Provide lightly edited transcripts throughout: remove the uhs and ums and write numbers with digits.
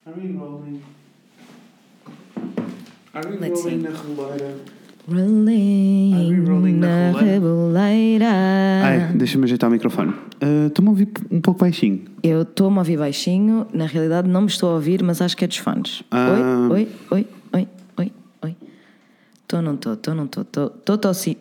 Are we rolling? Are we Let's rolling see. na roleira? Rolling na na reboleira. Ai, deixa-me ajeitar o microfone. Estou-me a ouvir um pouco baixinho. Eu estou-me a ouvir baixinho. Na realidade não me estou a ouvir, mas acho que é dos fones. Oi. Estou, não estou. Estou sim.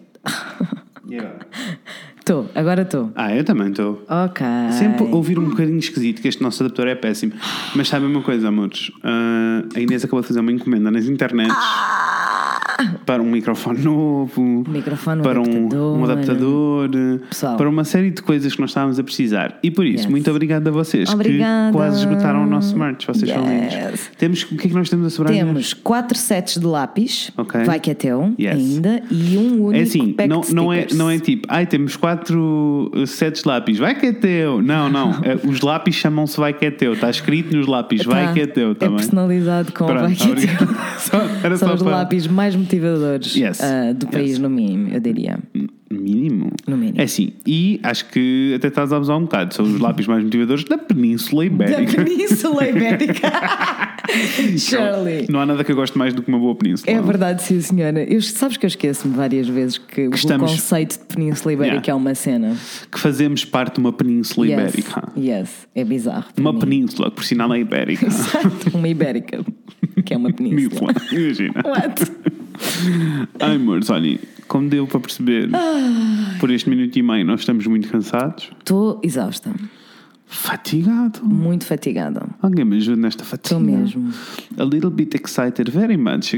Estou, agora estou. Eu também estou. Ok. Sempre ouvir um bocadinho esquisito, que este nosso adaptador é péssimo. Mas sabe uma coisa, amores? A Inês acabou de fazer uma encomenda nas internets para um microfone novo, para um adaptador, Pessoal, para uma série de coisas que nós estávamos a precisar. E por isso, Yes. muito obrigado a vocês Obrigada. que quase esgotaram o nosso merch. Vocês são Yes. lindos. O que é que nós temos a sobrar? Temos 4 sets de lápis, Ok. vai que é teu, Yes. ainda, e um único É assim, pack de não stickers. é tipo, temos 4 sets de lápis, vai que é teu. Não. Os lápis chamam-se vai que é teu. Está escrito nos lápis, vai que é teu É também. personalizado com Pronto, vai que é obrigado. Era teu. São só os para- lápis mais motivadores Yes. do país, Yes. no mínimo, eu diria. Mínimo. No mínimo. É assim, e acho que até estás a abusar um bocado. São os lápis mais motivadores da Península Ibérica. Da Península Ibérica. Shirley. Não há nada que eu goste mais do que uma boa península. É verdade, sim, senhora. Sabes que eu esqueço-me várias vezes que o estamos- conceito de Península Ibérica é uma cena. Que fazemos parte de uma Península Ibérica. Yes, é bizarro. para Uma mim. península, que por sinal é ibérica. Exato, uma ibérica, que é uma península. Imagina. What? Ai, amores, olhem, como deu para perceber, por este minuto e meio nós estamos muito cansados. Estou exausta, Fatigado. muito fatigada. Alguém me ajuda nesta fatiga? Estou mesmo. A little bit excited, very much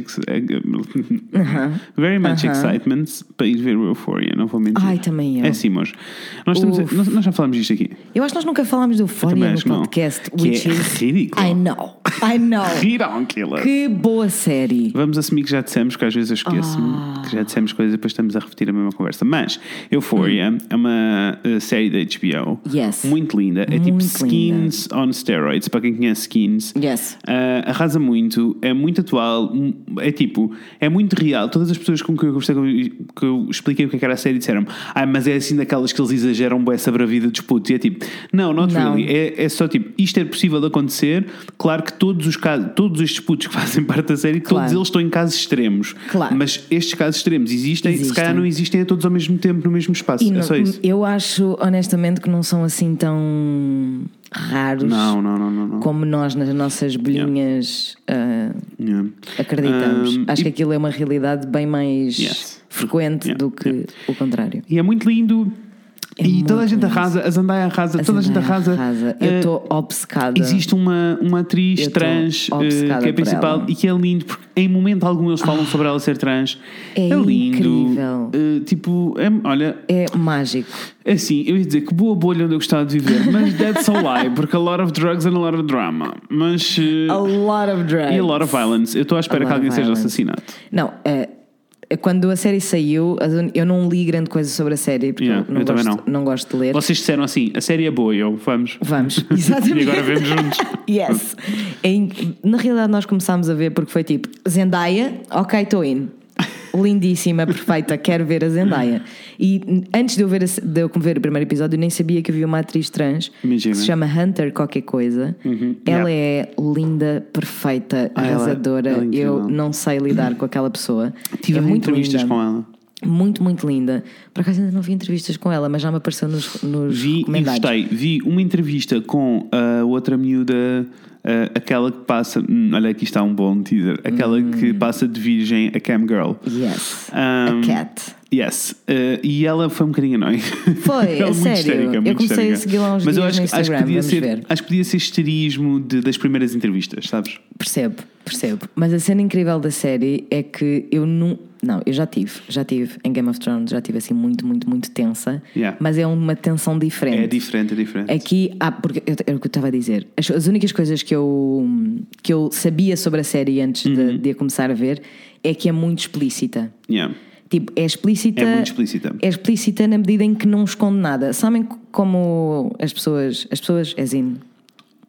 excitement para ir ver o Euphoria, não vou mentir. Ai, também eu. É assim, amores. Nós já falámos disto aqui. Eu acho que nós nunca falámos do Também Euphoria no acho que não. podcast, Que which é is... ridículo. I know. Ridículo. Que boa série. Vamos assumir que já dissemos, porque às vezes eu esqueço-me que já dissemos coisas e depois estamos a repetir a mesma conversa. Mas Euphoria é uma série da HBO Yes. muito linda. É tipo Muito Skins on steroids, para quem conhece Skins. Yes. Arrasa muito, é muito atual, é tipo, é muito real. Todas as pessoas com quem eu conversei, que eu expliquei o que era a série, disseram: mas é assim daquelas que eles exageram bué sobre a vida dos putos. E é tipo, not Não. really. É só tipo, isto é possível de acontecer. Claro que todos estes putos que fazem parte da série, Claro. todos eles estão em casos extremos. Claro. Mas estes casos extremos existem, se calhar não existem a todos ao mesmo tempo, no mesmo espaço. E É só isso. eu acho, honestamente, que não são assim tão raros Não. como nós nas nossas bolinhas Yeah. acreditamos. Acho que aquilo é uma realidade bem mais Yes. frequente Yeah. do que o contrário. E é muito lindo. É E toda a muito gente lindo. arrasa, a Zendaya arrasa, toda a gente arrasa. Eu estou obcecada. Existe uma atriz Eu tô trans obcecada que é por principal ela. e que é lindo, porque em momento algum eles falam sobre ela ser trans. É lindo. incrível. Olha, É mágico. é assim, eu ia dizer que boa bolha onde eu gostava de viver, mas that's a lie, porque a lot of drugs and a lot of drama. Mas. A lot of drugs. E a lot of violence. Eu estou à espera A que lot alguém of seja violence. assassinado. Não, quando a série saiu, eu não li grande coisa sobre a série, porque Yeah, eu também não gosto de ler. Vocês disseram assim: a série é boa, vamos. Vamos, exatamente. E agora vemos juntos. Yes. Na realidade, nós começámos a ver porque foi tipo: Zendaya, ok, estou in. Lindíssima, perfeita, quero ver a Zendaya. E antes de eu ver o primeiro episódio, eu nem sabia que havia uma atriz trans Imagina. que se chama Hunter qualquer coisa. Ela é linda, perfeita, arrasadora. ela é incrível. Eu não sei lidar com aquela pessoa. Tive é muito entrevistas linda. com ela. Muito, muito linda. Por acaso ainda não vi entrevistas com ela, mas já me apareceu nos Vi e recomendados. gostei. Vi uma entrevista com a outra miúda, aquela que passa. Olha, aqui está um bom teaser. Aquela que passa de virgem a cam girl. Yes. Um, A cat. Yes. E ela foi um bocadinho annoying. Foi, Ela a muito sério. histérica, Eu muito comecei a histérica. segui-la há uns Mas eu dias no acho que Instagram, podia vamos ver. acho que podia ser esterismo das primeiras entrevistas, sabes? Percebo. Mas a cena incrível da série é que eu não. Não, eu já tive em Game of Thrones, já tive assim muito, muito, muito tensa. Yeah. Mas é uma tensão diferente. É diferente. Aqui, porque era o que eu estava a dizer. As únicas coisas que eu sabia sobre a série antes de a começar a ver é que é muito explícita. Yeah. Tipo, é explícita. É muito explícita. É explícita na medida em que não esconde nada. Sabem como as pessoas, as in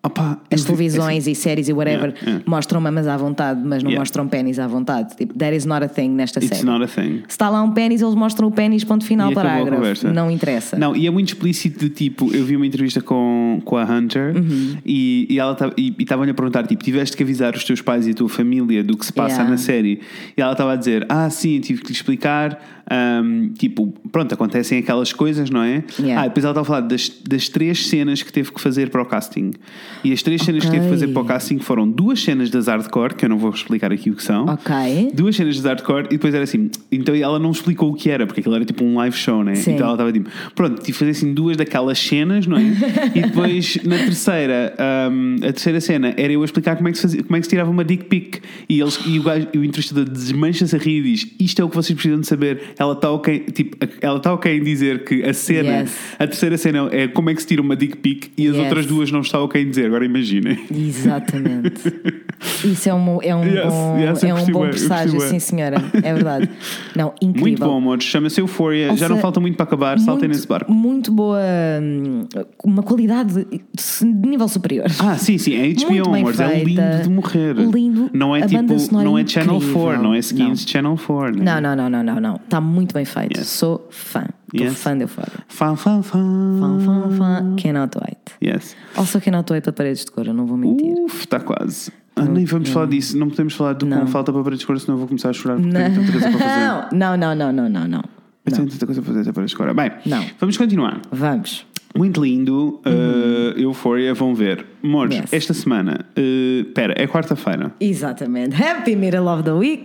As televisões e séries e whatever mostram mamas à vontade, mas não mostram pênis à vontade. Tipo, that is not a thing nesta série. It's not a thing. Se está lá um pênis, eles mostram o pênis, ponto final, parágrafo. Não interessa. Não, e é muito explícito de tipo, eu vi uma entrevista com a Hunter e ela estava-lhe a perguntar, tipo, tiveste que avisar os teus pais e a tua família do que se passa na série? E ela estava a dizer, sim, tive que lhe explicar, tipo, pronto, acontecem aquelas coisas, não é? Depois ela estava a falar das 3 cenas que teve que fazer para o casting. E as 3 cenas que teve que fazer para o casting foram 2 cenas das hardcore, que eu não vou explicar aqui o que são. 2 cenas das hardcore, e depois era assim. Então ela não explicou o que era, porque aquilo era tipo um live show, né? Então ela estava tipo, pronto, tive que fazer assim 2 daquelas cenas, não é? E depois na terceira, a terceira cena era eu a explicar como é que se tirava uma dick pic. E o entrevistador desmancha-se a rir e diz: isto é o que vocês precisam de saber. Ela está ok em dizer que a cena, a terceira cena é como é que se tira uma dick pic, e as outras 2 não está ok em dizer. Agora imaginem. Exatamente. Isso é um bom presságio, sim senhora. É verdade. Não, incrível. Muito bom, amores. Chama-se Euphoria. Já não falta muito para acabar. Saltem nesse barco. Muito boa. Uma qualidade de nível superior. Sim. É HBO, amores. É lindo de morrer. Lindo. Não é tipo, não é Channel 4, não é Skins Channel 4. Não. Está muito bem feito. Sou fã. Estou fã de Euphoria. Fã. Cannot wait. Yes. Also cannot wait para Paredes de Cor, eu não vou mentir. Está quase. Nem vamos falar disso. Não podemos falar do quão falta para Paredes de Cor, senão eu vou começar a chorar porque tenho tanta coisa para fazer. Não. Eu tenho tanta coisa para fazer até Paredes de Cor. Bem, vamos continuar. Vamos. Muito lindo. Euphoria, vão ver. Amores, esta semana. É quarta-feira. Exatamente. Happy Middle of the Week.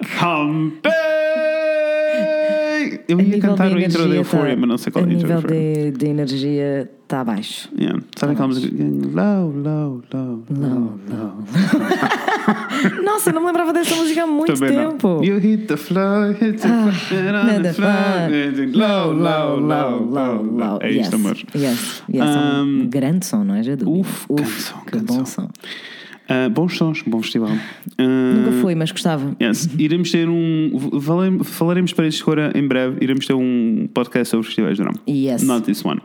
Eu ia cantar o intro da Euphoria, mas não sei qual é o intro. O nível de energia está abaixo. Sabe aquela música? Low. Nossa, eu não me lembrava dessa música há muito tempo. Não. You hit the floor, hit the floor. É isto, amor. Yes. Um grande som, não é? Que bom som. Bons sons, bom festival. Nunca fui, mas gostava. Iremos ter falaremos para este Cora em breve. Iremos ter um podcast sobre festivais de verão. Not this one.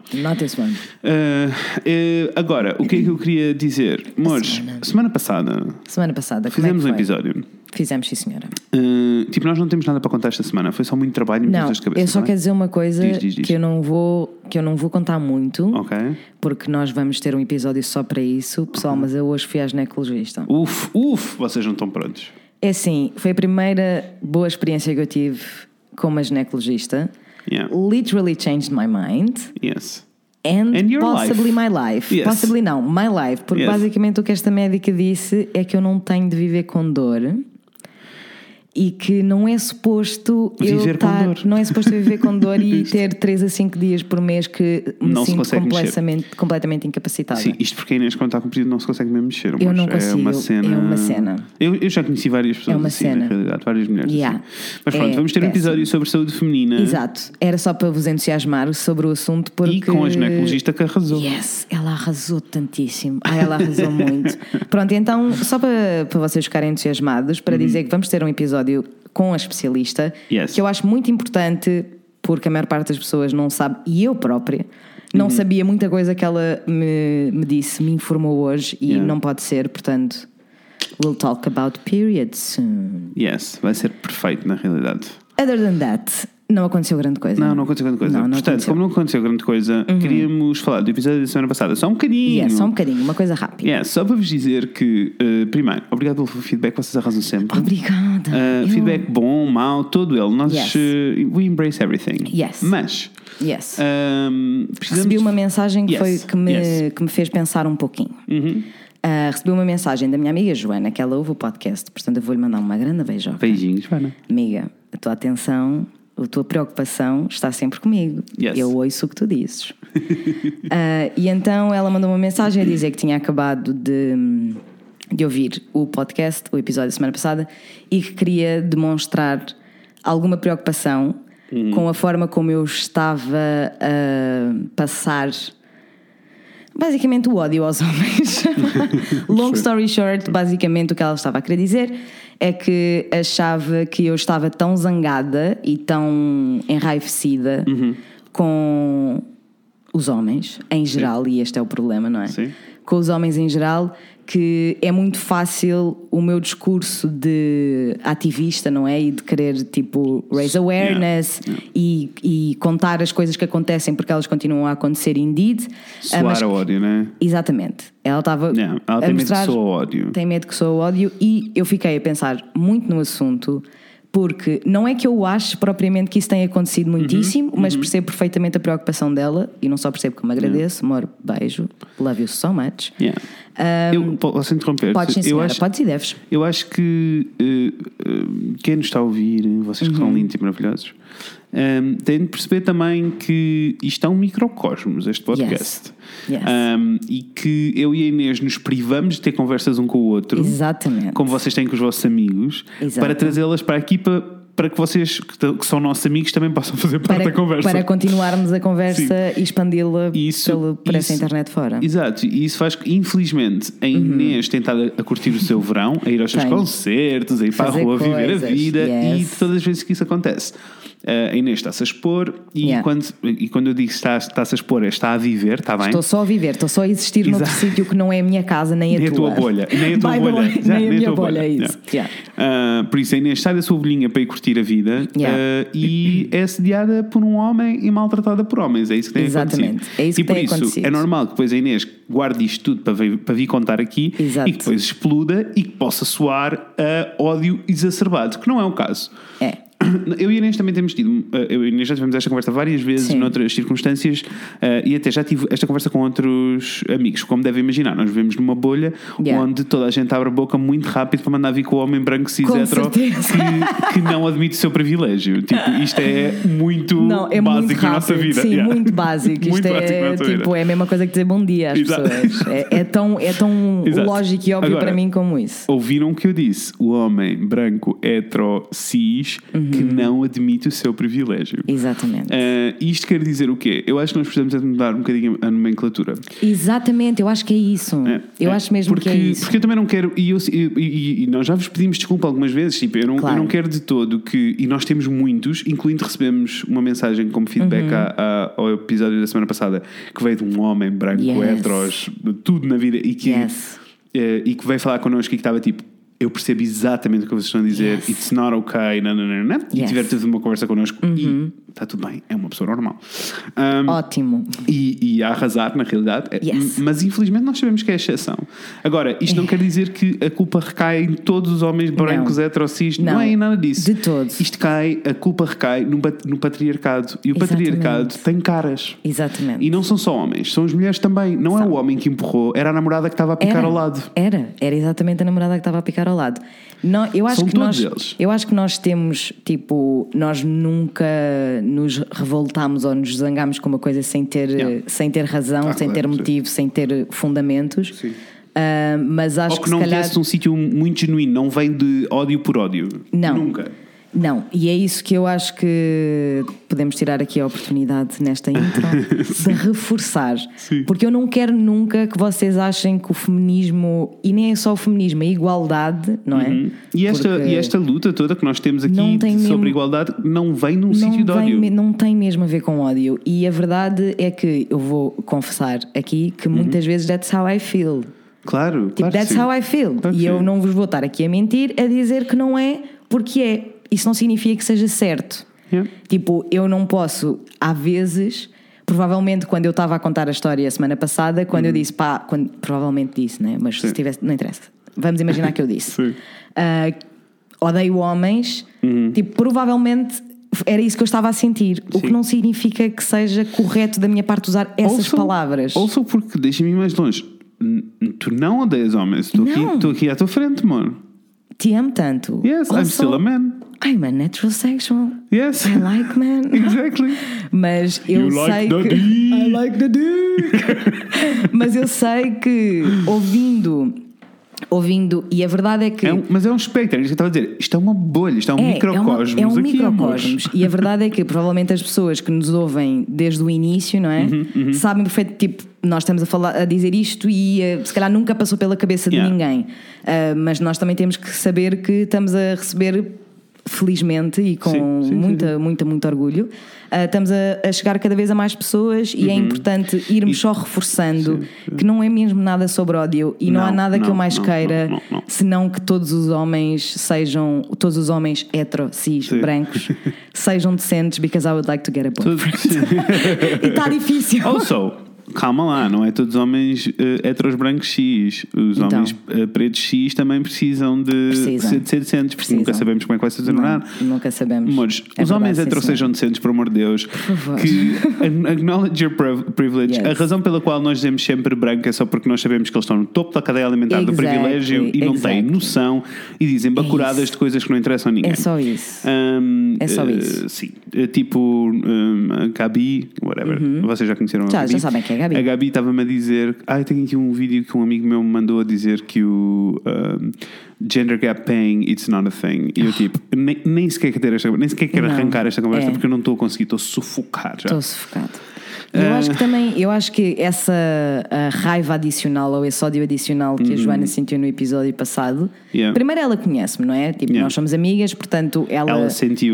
Agora, o que é que eu queria dizer? Amores, semana passada fizemos um episódio. Fizemos, sim, senhora. Tipo, nós não temos nada para contar esta semana. Foi só muito trabalho e muitas das cabeças. Eu só quero dizer uma coisa. Diz. Que eu não vou contar muito. Porque nós vamos ter um episódio só para isso. Pessoal, mas eu hoje fui à ginecologista. Vocês não estão prontos. É assim, foi a primeira boa experiência que eu tive com uma ginecologista. Literally changed my mind. Yes. And possibly my life. Yes. Possibly não, my life. Porque basicamente o que esta médica disse é que eu não tenho de viver com dor. E que não é suposto não é suposto viver com dor e ter 3 a 5 dias por mês que me não sinto completamente incapacitada. Sim, isto porque a Inês, quando está comprido, não se consegue mesmo mexer. Eu não consigo. É uma cena. Eu já conheci várias pessoas assim, na realidade, várias mulheres assim. Mas pronto, vamos ter um episódio sobre saúde feminina. Exato. Era só para vos entusiasmar sobre o assunto porque... E com a ginecologista que arrasou. Yes, ela arrasou tantíssimo. Ela arrasou muito. Pronto, então, só para vocês ficarem entusiasmados, para dizer que vamos ter um episódio com a especialista, que eu acho muito importante porque a maior parte das pessoas não sabe, e eu própria não sabia muita coisa que ela me disse, me informou hoje e não pode ser, portanto we'll talk about periods soon. Yes, vai ser perfeito na realidade. Other than that, não aconteceu grande coisa. Não aconteceu grande coisa. Portanto, como não aconteceu grande coisa, queríamos falar do episódio da semana passada. Só um bocadinho. Só um bocadinho, uma coisa rápida. Só para vos dizer que, primeiro, obrigado pelo feedback, vocês arrasam sempre. Obrigada. Feedback bom, mau, todo ele. Nós we embrace everything. Mas recebi uma mensagem que me fez pensar um pouquinho. Recebi uma mensagem da minha amiga Joana, que ela ouve o podcast, portanto eu vou-lhe mandar uma grande beijoca. Beijinhos, Joana. Amiga, a tua atenção, a tua preocupação está sempre comigo. Eu ouço o que tu dizes. E então ela mandou uma mensagem a dizer que tinha acabado de ouvir o podcast, o episódio da semana passada, e que queria demonstrar alguma preocupação com a forma como eu estava a passar basicamente o ódio aos homens. Long story short, basicamente o que ela estava a querer dizer é que achava que eu estava tão zangada e tão enraivecida com os homens em geral, e este é o problema, não é? com os homens em geral, que é muito fácil o meu discurso de ativista, não é? E de querer, tipo, raise awareness e contar as coisas que acontecem porque elas continuam a acontecer indeed. Soar o ódio, não é? Exatamente. Ela estava ela tem medo que soa o ódio. Tem medo que soa o ódio e eu fiquei a pensar muito no assunto. Porque não é que eu ache propriamente que isso tenha acontecido muitíssimo, mas percebo perfeitamente a preocupação dela e não só percebo como agradeço. Amor, beijo, love you so much. Posso interromper? Podes, sim, senhora, podes e deves. Eu acho que quem nos está a ouvir, vocês que são lindos e maravilhosos, têm de perceber também que isto é um microcosmos, este podcast. Yes. E que eu e a Inês nos privamos de ter conversas um com o outro. Exatamente. Como vocês têm com os vossos amigos. Exato. Para trazê-las para aqui para que vocês, que são nossos amigos, também possam fazer parte da conversa. Para continuarmos a conversa e expandi-la por essa internet fora. Exato, e isso faz que, infelizmente, a Inês tem estado a curtir o seu verão, a ir aos seus concertos, a ir para a rua, viver a vida, e todas as vezes que isso acontece, a Inês está-se a expor e quando eu digo está-se a expor, está a viver, está bem? Estou só a viver, estou só a existir noutro sítio que não é a minha casa, nem a tua bolha. Nem a tua bolha. Nem a minha bolha, é isso. Por isso a Inês sai da sua bolhinha para ir curtir a vida e é assediada por um homem e maltratada por homens. É isso que tem acontecido. É isso que tem acontecido. E por isso é normal que depois a Inês guarde isto tudo para vir contar aqui. Exato. E que depois exploda e que possa soar a ódio exacerbado, que não é o caso. Eu e a Inês também temos tido, eu e a Inês já tivemos esta conversa várias vezes noutras circunstâncias, e até já tive esta conversa com outros amigos. Como devem imaginar, nós vivemos numa bolha onde toda a gente abre a boca muito rápido para mandar vir com o homem branco cis hetero que não admite o seu privilégio. Tipo, isto é muito básico muito na nossa vida. Sim, muito básico. Isto é tipo, é a mesma coisa que dizer bom dia às pessoas. É tão lógico e óbvio para mim como isso. Ouviram o que eu disse? O homem branco hetero cis que não admite o seu privilégio. Exatamente. Isto quer dizer o quê? Eu acho que nós precisamos de mudar um bocadinho a nomenclatura. Exatamente, eu acho que é isso. Eu acho mesmo que é isso. Porque eu também não quero, e nós já vos pedimos desculpa algumas vezes, tipo, eu não quero de todo que, e nós temos muitos, incluindo recebemos uma mensagem como feedback ao episódio da semana passada, que veio de um homem branco, heteros, tudo na vida, e que veio falar connosco e que estava tipo, eu percebo exatamente o que vocês estão a dizer. It's not okay, não. E tiver uma conversa connosco e está tudo bem, é uma pessoa normal. Ótimo. E a arrasar, na realidade. Mas infelizmente nós sabemos que é exceção. Agora, isto não quer dizer que a culpa recai em todos os homens brancos, heterocis. Não é nada disso. De todos. A culpa recai no patriarcado. E o patriarcado tem caras. Exatamente. E não são só homens, são as mulheres também. Não é o homem que empurrou, era a namorada que estava a picar ao lado. Era exatamente a namorada que estava a picar ao lado. Não, eu acho que nós temos, tipo, nós nunca nos revoltámos ou nos zangámos com uma coisa sem ter razão, sem ter motivo, sem ter fundamentos. Sim. Mas acho ou que não viesse de um sítio muito genuíno, não vem de ódio por ódio. Não. Nunca. Não, e é isso que eu acho que podemos tirar aqui a oportunidade nesta intro de reforçar. Sim. Porque eu não quero nunca que vocês achem que o feminismo, e nem é só o feminismo, a igualdade, não é? E esta luta toda que nós temos aqui sobre igualdade não vem num sítio de ódio. Não tem mesmo a ver com ódio. E a verdade é que eu vou confessar aqui que muitas vezes that's how I feel. Claro, tipo, that's how I feel. Claro, e eu não vos vou estar aqui a mentir, a dizer que não é, porque é. Isso não significa que seja certo. Tipo, eu não posso, às vezes, provavelmente quando eu estava a contar a história a semana passada, quando eu disse, provavelmente disse, né? Mas se tivesse, não interessa. Vamos imaginar que eu disse. Odeio homens. Tipo, provavelmente era isso que eu estava a sentir. O que não significa que seja correto da minha parte usar essas palavras. Ou só porque, deixa-me ir mais longe, tu não odeias homens. Estou aqui à tua frente, amor. Te amo tanto. Yes, I'm still a man. I'm a heterosexual. Yes. I like men. Exactly. Mas eu sei que I like the dick. Mas eu sei que ouvindo, e a verdade é que mas é um espectro, é isso que eu estava a dizer. Isto é uma bolha, isto é um microcosmos. É um microcosmos. E a verdade é que provavelmente as pessoas que nos ouvem desde o início, não é? Sabem perfeito, tipo, nós estamos a dizer isto e se calhar nunca passou pela cabeça de ninguém. Mas nós também temos que saber que estamos a receber felizmente e com muito orgulho, estamos a chegar cada vez a mais pessoas e é importante irmos só reforçando que não é mesmo nada sobre ódio e não há nada que eu mais queira senão que todos os homens hetero, cis, brancos sejam decentes, because I would like to get a boyfriend. E está difícil. Also, calma lá, não é todos os homens heteros brancos cis. Os homens pretos cis também precisam de ser decentes, porque nunca sabemos como é que vai ser determinado. Nunca sabemos. Mas os homens heteros sejam decentes, por amor de Deus. Por favor. Que acknowledge your privilege. A razão pela qual nós dizemos sempre branco é só porque nós sabemos que eles estão no topo da cadeia alimentar do privilégio e não têm noção e dizem bacuradas de coisas que não interessam a ninguém. É só isso. É só isso. Sim. Tipo a Gabi, whatever. Vocês já conheceram a Gabi? Já sabem que é A Gabi estava-me a dizer, tenho aqui um vídeo que um amigo meu me mandou a dizer que o gender gap paying, it's not a thing. E eu nem sequer quero arrancar esta conversa porque eu não estou a conseguir, estou sufocado já. Estou sufocado. Eu acho que essa raiva adicional ou esse ódio adicional que a Joana sentiu no episódio passado, primeiro ela conhece-me, não é? Tipo, nós somos amigas, portanto ela sentiu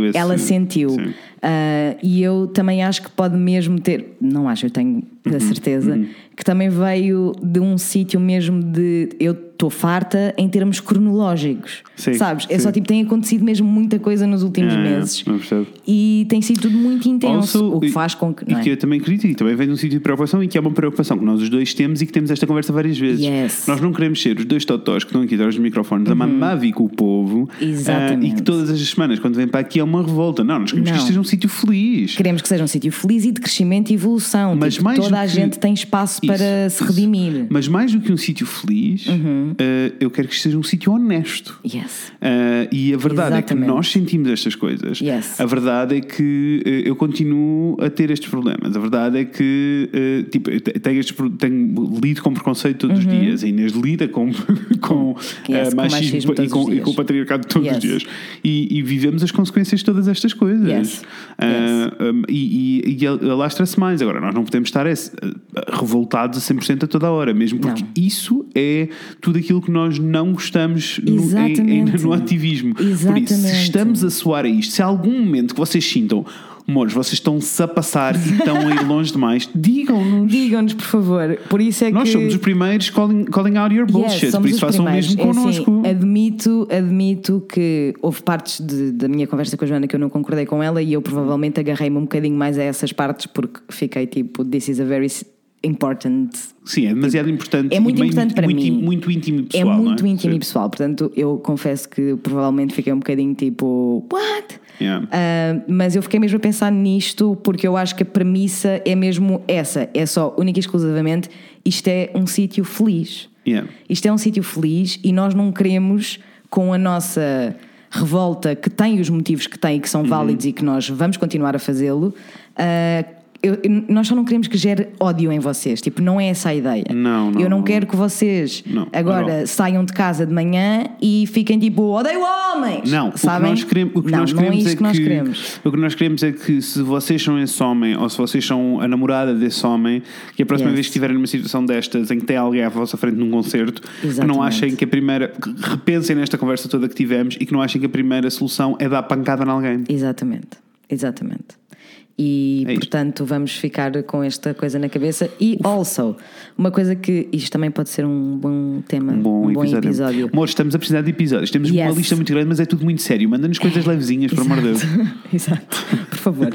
e eu também acho que pode mesmo ter, não acho, eu tenho a certeza que também veio de um sítio mesmo de eu estou farta em termos cronológicos, sabes? É só tipo, tem acontecido mesmo muita coisa nos últimos meses e tem sido tudo muito intenso, o que faz com que... E que eu também acredito, e também vem de um sítio de preocupação e que é uma preocupação que nós os dois temos e que temos esta conversa várias vezes. Nós não queremos ser os dois totós que estão aqui atrás dos microfones a mamavi com o povo e que todas as semanas quando vem para aqui é uma revolta. Não, nós queremos que isto seja um sítio feliz. Queremos que seja um sítio feliz e de crescimento e evolução. Mas tipo, toda a gente tem espaço para se redimir. Mas mais do que um sítio feliz, eu quero que isto seja um sítio honesto. E a verdade é que nós sentimos estas coisas. A verdade é que eu continuo a ter estes problemas. A verdade é que tipo, eu tenho lido com preconceito todos os dias. A Inês lida com machismo e com o patriarcado todos os dias. E vivemos as consequências de todas estas coisas. E alastra-se mais. Agora, nós não podemos estar revoltados a 100% a toda a hora, mesmo porque isso é tudo aquilo que nós não gostamos no ativismo. Por isso, se estamos a soar a isto, se há algum momento que vocês sintam, amores, vocês estão-se a passar e estão a ir longe demais, digam-nos. Digam-nos, por favor. Por isso é nós somos os primeiros calling out your bullshit, por isso façam o mesmo connosco. Assim, admito que houve partes da minha conversa com a Joana que eu não concordei com ela e eu provavelmente agarrei-me um bocadinho mais a essas partes porque fiquei tipo, this is a very important... Sim, é demasiado importante. É muito importante para mim. Muito íntimo e pessoal. É muito íntimo e pessoal. Portanto, eu confesso que provavelmente fiquei um bocadinho tipo, what? Mas eu fiquei mesmo a pensar nisto porque eu acho que a premissa é mesmo essa. É só, única e exclusivamente, isto é um sítio feliz. Isto é um sítio feliz e nós não queremos, com a nossa revolta, que tem os motivos que tem e que são válidos e que nós vamos continuar a fazê-lo, nós só não queremos que gere ódio em vocês. Tipo, não é essa a ideia. Eu não quero que vocês agora saiam de casa de manhã e fiquem tipo, odeio homens. Não, sabem? O que nós queremos é que se vocês são esse homem ou se vocês são a namorada desse homem, que a próxima vez que estiverem numa situação destas em que tem alguém à vossa frente num concerto, que não achem que que repensem nesta conversa toda que tivemos e que não achem que a primeira solução é dar pancada em alguém. Exatamente. E portanto vamos ficar com esta coisa na cabeça. E uma coisa que isto também pode ser um bom tema, um bom episódio. Amor, estamos a precisar de episódios. Temos uma lista muito grande, mas é tudo muito sério. Manda-nos coisas levezinhas, por amor de Deus. Exato, por favor.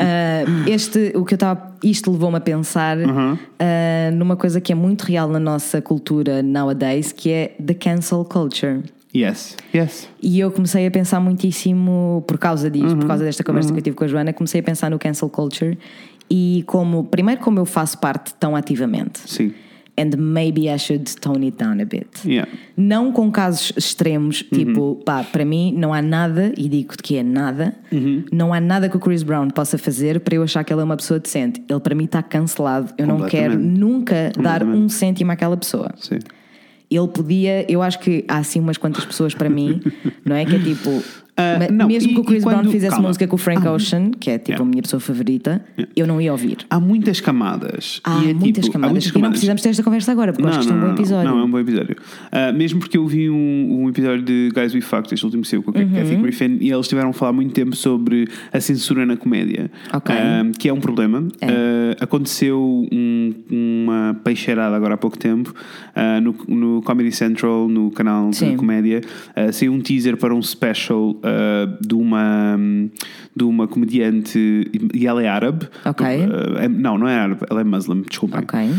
Isto levou-me a pensar numa coisa que é muito real na nossa cultura nowadays, que é the cancel culture. Yes. E eu comecei a pensar muitíssimo por causa disto, por causa desta conversa que eu tive com a Joana, comecei a pensar no cancel culture e como eu faço parte tão ativamente. Sim. And maybe I should tone it down a bit. Não com casos extremos, tipo, para mim não há nada, e digo-te que é nada, não há nada que o Chris Brown possa fazer para eu achar que ele é uma pessoa decente. Ele para mim está cancelado. Eu não quero nunca dar um cêntimo àquela pessoa. Sim. ele podia, eu acho que há assim umas quantas pessoas para mim, não é? Que é tipo, não, mesmo que o Chris Brown fizesse música com o Frank Ah, Ocean, que é tipo a minha pessoa favorita, eu não ia ouvir. Há muitas camadas. Há e é muitas tipo, camadas. E não precisamos ter esta conversa agora, porque eu acho que isto é um bom episódio. Não, é um bom episódio. Mesmo porque eu vi um episódio de Guys We Fucked, este último seu, com o Kathy Griffin, e eles tiveram a falar muito tempo sobre a censura na comédia, que é um problema. Aconteceu uma peixeirada agora há pouco tempo no Comedy Central, no canal de comédia, saiu um teaser para um special de uma comediante, e ela é árabe. Não é árabe, ela é muslim, desculpem.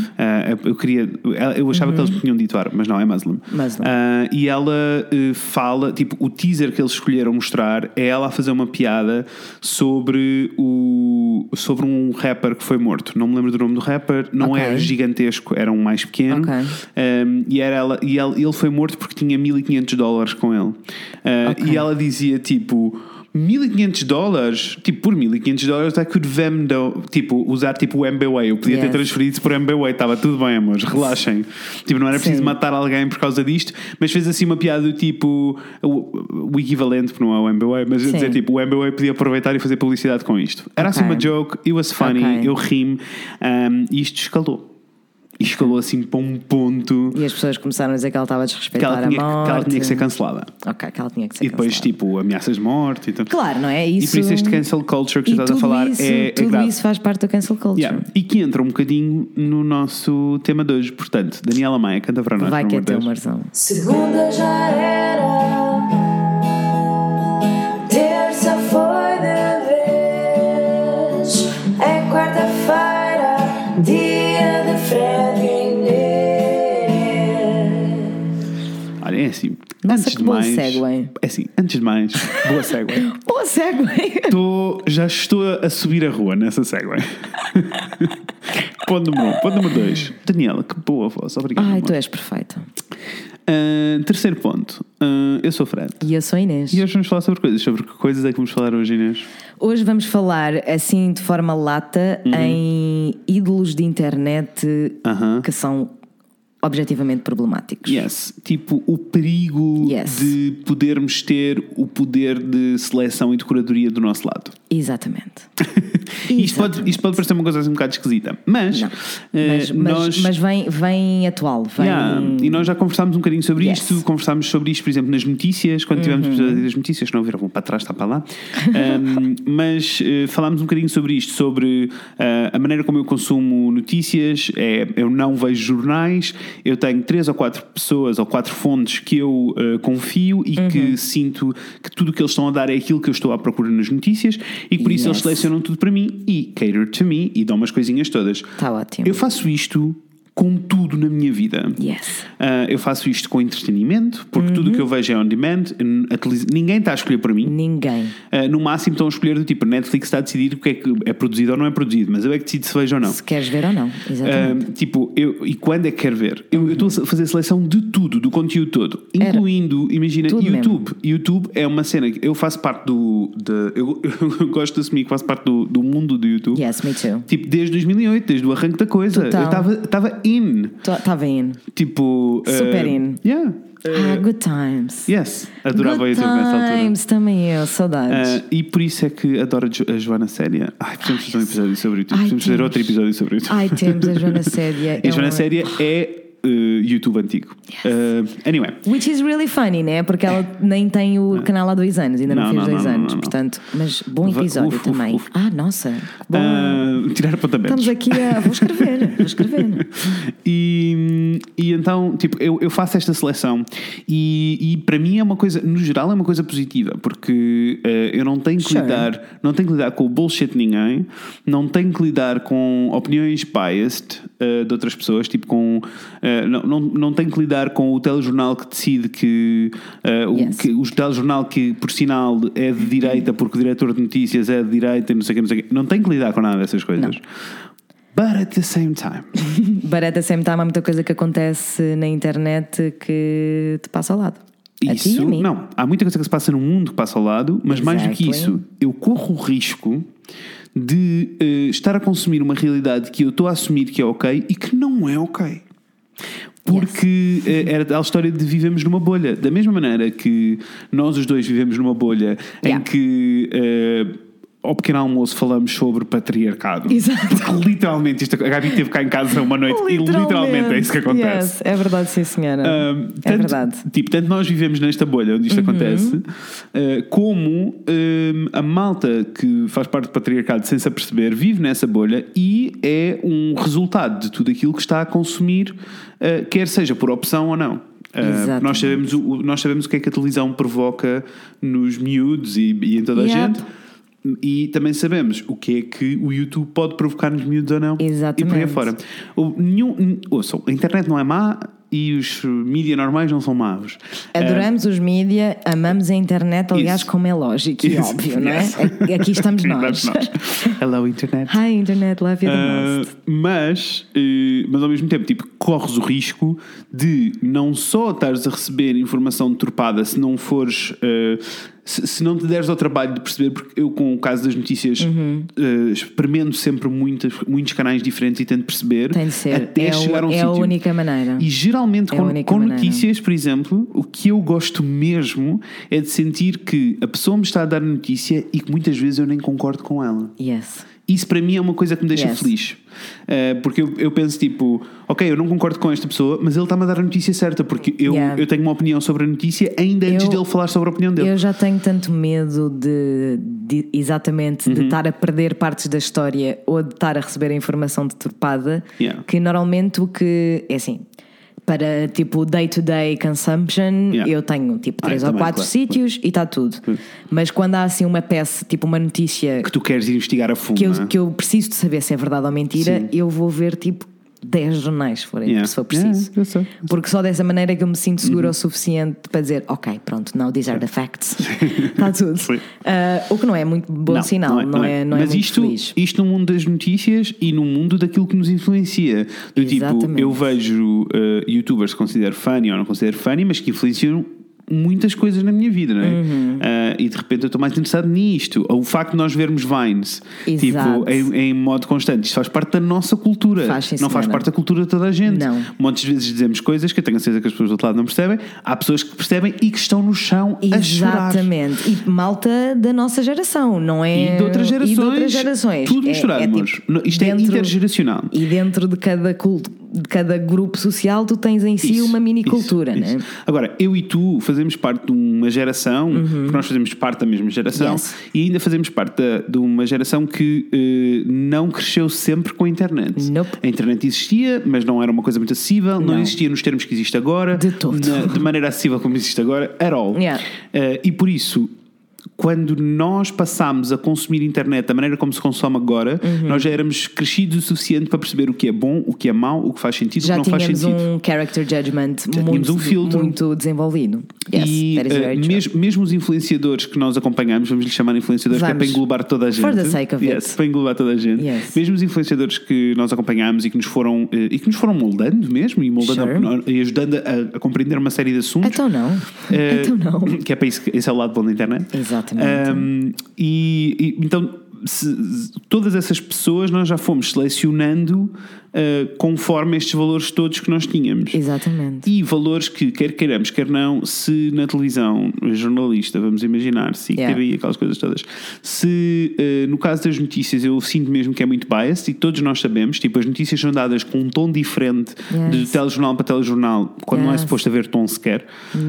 Eu achava que eles tinham dito árabe, mas não, é muslim. E ela fala, tipo, o teaser que eles escolheram mostrar é ela a fazer uma piada sobre um rapper que foi morto. Não me lembro do nome do rapper, não era gigantesco, era um mais pequeno. E ele foi morto porque tinha $1.500 com ele. E ela dizia tipo, $1.500, tipo, por $1.500 I could Venmo, tipo, usar tipo o MBWay. Eu podia ter transferido isso por MBWay, estava tudo bem, amores, relaxem. Tipo, não era preciso matar alguém por causa disto, mas fez assim uma piada do tipo, o equivalente, porque não é o MBWay, mas dizer tipo, o MBWay podia aproveitar e fazer publicidade com isto. Era assim uma joke, it was funny, eu ri-me, e isto escalou. E escalou assim para um ponto. E as pessoas começaram a dizer que ela estava a desrespeitar a morte. Que ela tinha que ser cancelada. Que ela tinha que ser cancelada. E depois, tipo, ameaças de morte e tal. Claro, não é? Isso... E por isso este cancel culture que estás a falar tudo grave. Isso faz parte do cancel culture. E que entra um bocadinho no nosso tema de hoje. Portanto, Daniela Maia, canta para nós. Vai que é teu, Marzão. Segunda já era, terça foi de vez, é quarta-feira, dia de Fred e Inês. Olha, é assim. Nossa, antes que de boa mais, segue. É assim, antes de mais, boa segue. Boa segue. Já estou a subir a rua nessa segue. Ponto número 1. Ponto número 2. Daniela, que boa voz. Obrigado. Ai, tu és perfeita. Terceiro ponto. Eu sou Fred. E eu sou Inês. E hoje vamos falar sobre coisas. Sobre que coisas é que vamos falar hoje, Inês? Hoje vamos falar, assim, de forma lata, em ídolos de internet que são objetivamente problemáticos. Yes. Tipo, o perigo de podermos ter o poder de seleção e de curadoria do nosso lado. Exatamente. Isto pode parecer uma coisa assim um bocado esquisita, mas vem atual. E nós já conversámos um bocadinho sobre isto. Conversámos sobre isto, por exemplo, nas notícias, quando tivemos episódio das notícias, se não viram, vão para trás, está para lá. Mas falámos um bocadinho sobre isto, sobre a maneira como eu consumo notícias. Eu não vejo jornais, eu tenho 3 ou 4 pessoas ou 4 fontes que eu confio e que sinto que tudo o que eles estão a dar é aquilo que eu estou à procura nas notícias, e por isso eles selecionam tudo para mim e cater to me e dão umas coisinhas todas. Está ótimo. Eu faço isto com tudo na minha vida. Eu faço isto com entretenimento, porque tudo o que eu vejo é on demand. Ninguém está a escolher por mim. Ninguém. No máximo estão a escolher do tipo, a Netflix está a decidir o que é produzido ou não é produzido, mas eu é que decido se vejo ou não. Se queres ver ou não, exatamente. E quando é que quero ver? Eu estou a fazer seleção de tudo, do conteúdo todo, incluindo, imagina, YouTube. YouTube é uma cena que eu faço parte eu gosto de assumir que faço parte do mundo do YouTube. Yes, me too. Tipo, desde 2008, desde o arranque da coisa. Total. Eu estava in. Estava in. Tipo... Super in. Yeah. Good times. Yes. Adorava isso nessa altura. Good times, também eu, saudades. E por isso é que adoro a Joana Séria. Precisamos fazer um episódio sobre isso. Precisamos fazer outro episódio sobre isso. Temos a Joana Séria. A Joana Séria é YouTube antigo. Anyway. Which is really funny, né? Porque ela nem tem o canal há 2 anos, ainda não fez 2 anos. Portanto, mas bom episódio também. Nossa, bom. Tirar apontamentos. Estamos aqui vou escrever. E então, tipo, eu faço esta seleção e para mim é uma coisa, no geral é uma coisa positiva, porque eu não tenho que lidar com o bullshit de ninguém, não tenho que lidar com opiniões biased de outras pessoas, tipo com não tenho que lidar com o telejornal que decide que o telejornal que por sinal é de direita porque o diretor de notícias é de direita e não sei o que, não tenho que lidar com nada dessas coisas. Não. But at the same time há muita coisa que acontece na internet que te passa ao lado. Isso, não, há muita coisa que se passa no mundo que passa ao lado, mas mais do que isso, eu corro o risco de estar a consumir uma realidade que eu estou a assumir que é ok e que não é ok. Porque era a história de vivemos numa bolha. Da mesma maneira que nós os dois vivemos numa bolha em que ao pequeno almoço falamos sobre patriarcado. Exato. Porque literalmente a Gabi esteve cá em casa uma noite e literalmente é isso que acontece. Yes, é verdade, sim, senhora. É verdade. Tanto nós vivemos nesta bolha onde isto acontece, como a malta que faz parte do patriarcado sem se aperceber vive nessa bolha e é um resultado de tudo aquilo que está a consumir, quer seja por opção ou não. Nós sabemos o que é que a televisão provoca nos miúdos e em toda a gente. E também sabemos o que é que o YouTube pode provocar nos miúdos ou não. Exatamente. E por aí fora. Ouçam, a internet não é má e os mídias normais não são maus. Adoramos os mídias, amamos a internet, aliás, como é lógico e óbvio, não é? Aqui estamos nós. Hello, internet. Hi, internet, love you the most. Mas ao mesmo tempo, tipo, corres o risco de não só estares a receber informação deturpada se não fores... Se não te deres ao trabalho de perceber, porque eu com o caso das notícias experimento sempre muitos canais diferentes e tento perceber. Tem de ser. Até chegar a um sítio. É a única maneira. E geralmente com notícias, por exemplo, o que eu gosto mesmo é de sentir que a pessoa me está a dar notícia e que muitas vezes eu nem concordo com ela. Yes. Isso para mim é uma coisa que me deixa feliz. Porque eu penso tipo, ok, eu não concordo com esta pessoa, mas ele está-me a dar a notícia certa, porque eu tenho uma opinião sobre a notícia ainda antes dele falar sobre a opinião dele. Eu já tenho tanto medo de estar a perder partes da história ou de estar a receber a informação deturpada, que normalmente o que é assim... Para tipo day-to-day consumption, eu tenho tipo 3 ou 4 sítios e está tudo. Mas quando há assim uma peça, tipo uma notícia que tu queres investigar a fundo, que eu preciso de saber se é verdade ou mentira, eu vou ver tipo 10 jornais, se for preciso. Porque só dessa maneira é que eu me sinto segura o suficiente para dizer, ok, pronto, now these are the facts. Está tudo. O que não é muito bom sinal, não é mas muito feliz. Isto no mundo das notícias e no mundo daquilo que nos influencia. Do tipo, eu vejo youtubers que considero funny ou não considero funny, mas que influenciam muitas coisas na minha vida, não é? E de repente eu estou mais interessado nisto. O facto de nós vermos Vines tipo, em modo constante, isto faz parte da nossa cultura, não faz parte da cultura de toda a gente. Muitas vezes dizemos coisas que eu tenho a certeza que as pessoas do outro lado não percebem. Há pessoas que percebem e que estão no chão a chorar. Exatamente. E malta da nossa geração, não é? E de outras gerações. Tudo misturado, tipo, isto é intergeracional. E dentro de cada grupo social tu tens em si uma mini cultura, né? Agora, eu e tu fazemos parte de uma geração, porque nós fazemos parte da mesma geração, e ainda fazemos parte de uma geração que não cresceu sempre com a internet. A internet existia, mas não era uma coisa muito acessível, não existia nos termos que existe agora, de maneira acessível como existe agora, at all. E por isso, quando nós passámos a consumir internet da maneira como se consome agora, nós já éramos crescidos o suficiente para perceber o que é bom, o que é mau, o que faz sentido, o que não faz sentido. Já tínhamos um character judgment muito desenvolvido. E mesmo os influenciadores que nós acompanhamos, vamos lhe chamar influenciadores, que é para englobar toda a gente. For the sake of it. Para englobar toda a gente. Mesmo os influenciadores que nós acompanhamos e que nos foram moldando mesmo e ajudando a compreender uma série de assuntos. Então não. Que é para isso, esse é o lado bom da internet. Exatamente. Então todas essas pessoas nós já fomos selecionando conforme estes valores todos que nós tínhamos. Exatamente. E valores que, quer queiramos, quer não, se na televisão, jornalista, vamos imaginar, se TV, aquelas coisas todas, se no caso das notícias eu sinto mesmo que é muito biased, e todos nós sabemos, tipo, as notícias são dadas com um tom diferente de telejornal para telejornal, quando não é suposto haver tom sequer.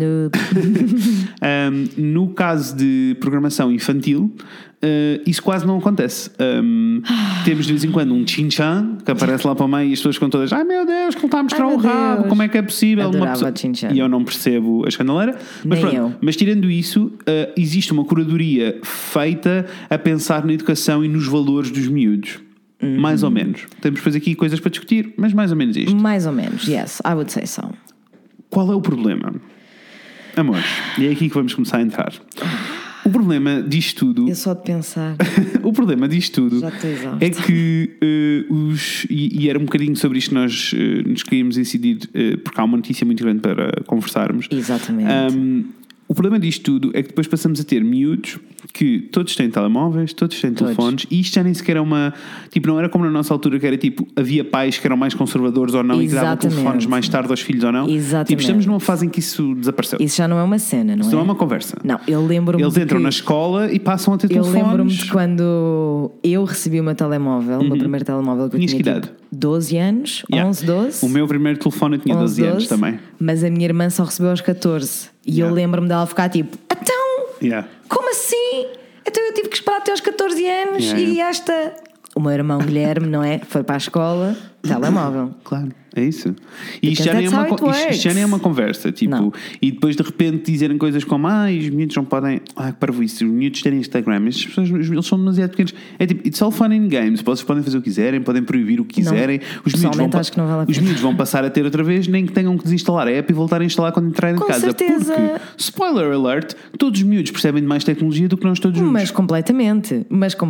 No caso de programação infantil, isso quase não acontece. Temos de vez em quando um Chin-Chan que aparece lá para o meio e as pessoas ficam todas, ai meu Deus, que ele está a mostrar o rabo, como é que é possível? E eu não percebo a escandaleira. Mas pronto, mas tirando isso, existe uma curadoria feita a pensar na educação e nos valores dos miúdos. Mais ou menos. Temos depois aqui coisas para discutir, mas mais ou menos isto. Mais ou menos, yes, I would say so. Qual é o problema? Amor, e é aqui que vamos começar a entrar. O problema disto tudo... Eu só de pensar. O problema disto tudo já estou exausta. É que e era um bocadinho sobre isto que nós nos queríamos incidir, porque há uma notícia muito grande para conversarmos. Exatamente. O problema disto tudo é que depois passamos a ter miúdos que todos têm telemóveis, todos têm telefones, e isto já nem sequer é uma... Tipo, não era como na nossa altura que era tipo, havia pais que eram mais conservadores ou não e que davam telefones mais tarde aos filhos ou não. Exatamente. Tipo, estamos numa fase em que isso desapareceu. Isso já não é uma cena, não isso é? não é uma conversa. Não, eu lembro-me Eles entram na escola e passam a ter telefones. Eu lembro-me de quando eu recebi o meu telemóvel, o meu primeiro telemóvel, que eu tinha idade? Tipo 12 anos, 11, 12. O meu primeiro telefone eu tinha 12 anos também. Mas a minha irmã só recebeu aos 14. E eu lembro-me dela ficar tipo, então, como assim? Então eu tive que esperar até aos 14 anos e esta... O meu irmão Guilherme, não é? Foi para a escola, telemóvel. Claro, é isso. E isto já nem é uma conversa. Tipo, não. E depois de repente dizerem coisas como os miúdos não podem. Para isso, os miúdos terem Instagram. Estas pessoas, eles são demasiado pequenos. É tipo, it's all fun in games. Vocês podem fazer o que quiserem, podem proibir o que quiserem. Acho que não vale a pena. Os miúdos vão passar a ter outra vez, nem que tenham que desinstalar a app e voltar a instalar quando entrarem de casa. Certeza. Porque, spoiler alert, todos os miúdos percebem de mais tecnologia do que nós todos juntos. Mas completamente.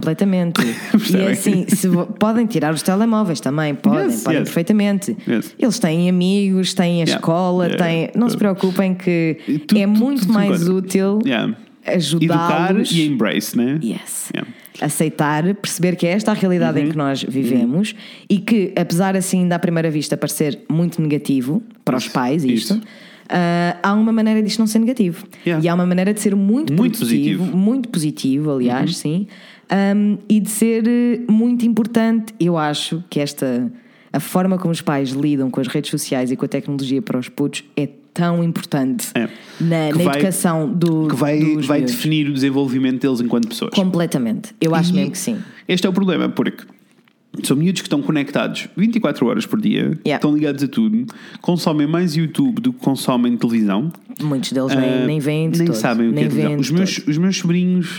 E assim, podem tirar os telemóveis também, podem perfeitamente. Eles têm amigos, têm a escola, têm... Não se preocupem que é muito mais útil ajudá-los. Educar e embrace, né? Aceitar, perceber que é esta a realidade em que nós vivemos e que, apesar assim da primeira vista parecer muito negativo para os pais, há uma maneira disto não ser negativo. E há uma maneira de ser muito positivo, aliás, sim. E de ser muito importante. Eu acho que a forma como os pais lidam com as redes sociais e com a tecnologia para os putos é tão importante na educação dos que vai definir o desenvolvimento deles enquanto pessoas. Completamente, eu acho mesmo que sim. Este é o problema, porque são miúdos que estão conectados 24 horas por dia, estão ligados a tudo, consomem mais YouTube do que consomem televisão. Muitos deles nem veem de nem todo. Sabem o que é televisão. Os meus sobrinhos...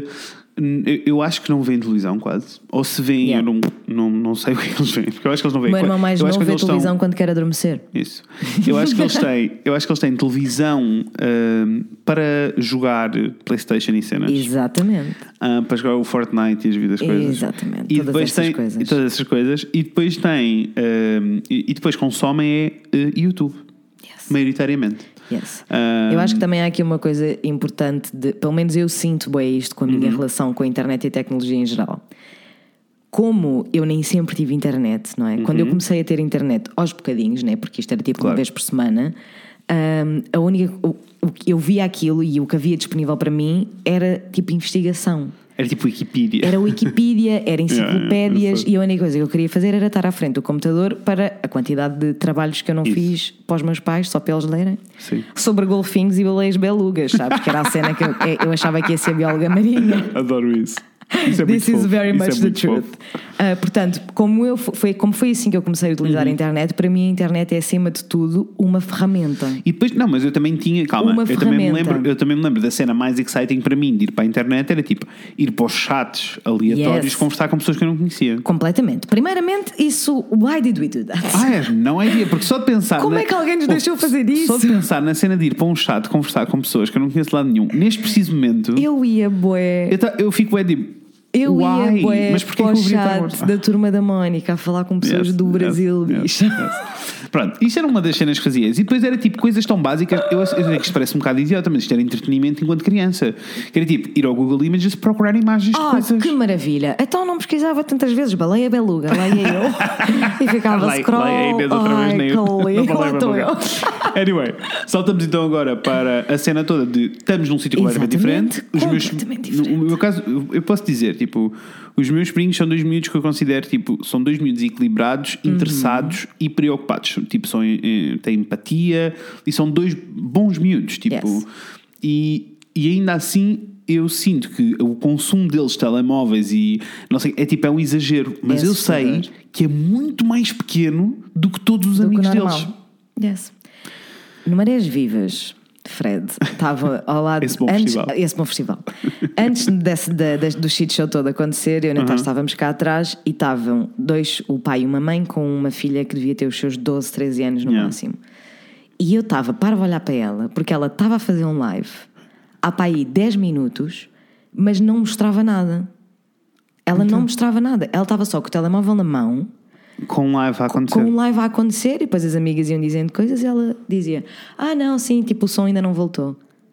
eu acho que não veem televisão quase. Ou se veem, eu não sei o que eles veem. Porque eu acho que eles não veem. O meu irmão mais novo vê televisão quando quer adormecer. Isso. Eu acho que eles têm televisão para jogar PlayStation e cenas. Exatamente. Para jogar o Fortnite e as vidas coisas. Exatamente. E depois todas essas coisas. E depois têm e depois consomem YouTube. Maioritariamente. Eu acho que também há aqui uma coisa importante pelo menos eu sinto bem isto com a minha relação com a internet e a tecnologia em geral. Como eu nem sempre tive internet, não é? Quando eu comecei a ter internet aos bocadinhos, né? Porque isto era tipo uma vez por semana, eu via aquilo e o que havia disponível para mim era tipo investigação. Era tipo Wikipedia. Era Wikipedia, era enciclopédias e a única coisa que eu queria fazer era estar à frente do computador para a quantidade de trabalhos que eu não fiz para os meus pais, só para eles lerem. Sim. Sobre golfinhos e baleias belugas, sabes? Que era a cena que eu achava que ia ser bióloga marinha. Adoro isso. This is very much the truth. Portanto, como foi assim que eu comecei a utilizar a internet, para mim a internet é acima de tudo uma ferramenta. E depois, não, mas eu também tinha, eu também me lembro da cena mais exciting para mim de ir para a internet era tipo ir para os chats aleatórios, conversar com pessoas que eu não conhecia. Completamente. Primeiramente, isso, why did we do that? Não é dia, porque só de pensar como é que alguém nos deixou fazer isso? Só de pensar na cena de ir para um chat conversar com pessoas que eu não conheço de lado nenhum, neste preciso momento eu ia bué. Eu fico bué tipo, eu ia bué mas para o chat da Turma da Mónica a falar com pessoas do Brasil, bicho. Pronto, isto era uma das cenas que fazias. E depois era tipo coisas tão básicas. Eu sei que isto parece um bocado idiota, mas isto era entretenimento enquanto criança. Que era tipo ir ao Google Images procurar imagens de coisas. Que maravilha! Então não pesquisava tantas vezes baleia beluga, lá ia eu. E ficava scroll. Lá ia Inês outra vez, Anyway, saltamos então agora para a cena toda de estamos num sítio completamente diferente. No meu caso, eu posso dizer, tipo, os meus primos são dois miúdos que eu considero, tipo, são dois miúdos equilibrados, interessados e preocupados. Tipo, têm empatia e são dois bons miúdos, tipo, e ainda assim eu sinto que o consumo deles de telemóveis e não sei, é um exagero, mas eu sei que é muito mais pequeno do que todos os amigos deles. No Marés Vivas, Fred estava ao lado esse bom festival. Antes do shit show todo acontecer, eu e o Natal estávamos cá atrás e estavam o pai e uma mãe com uma filha que devia ter os seus 12, 13 anos no máximo. E eu estava para olhar para ela, porque ela estava a fazer um live há para aí 10 minutos, mas não mostrava nada. Ela não mostrava nada. Ela estava só com o telemóvel na mão, com um live a acontecer. Com um live a acontecer, e depois as amigas iam dizendo coisas e ela dizia: não, sim, tipo, o som ainda não voltou.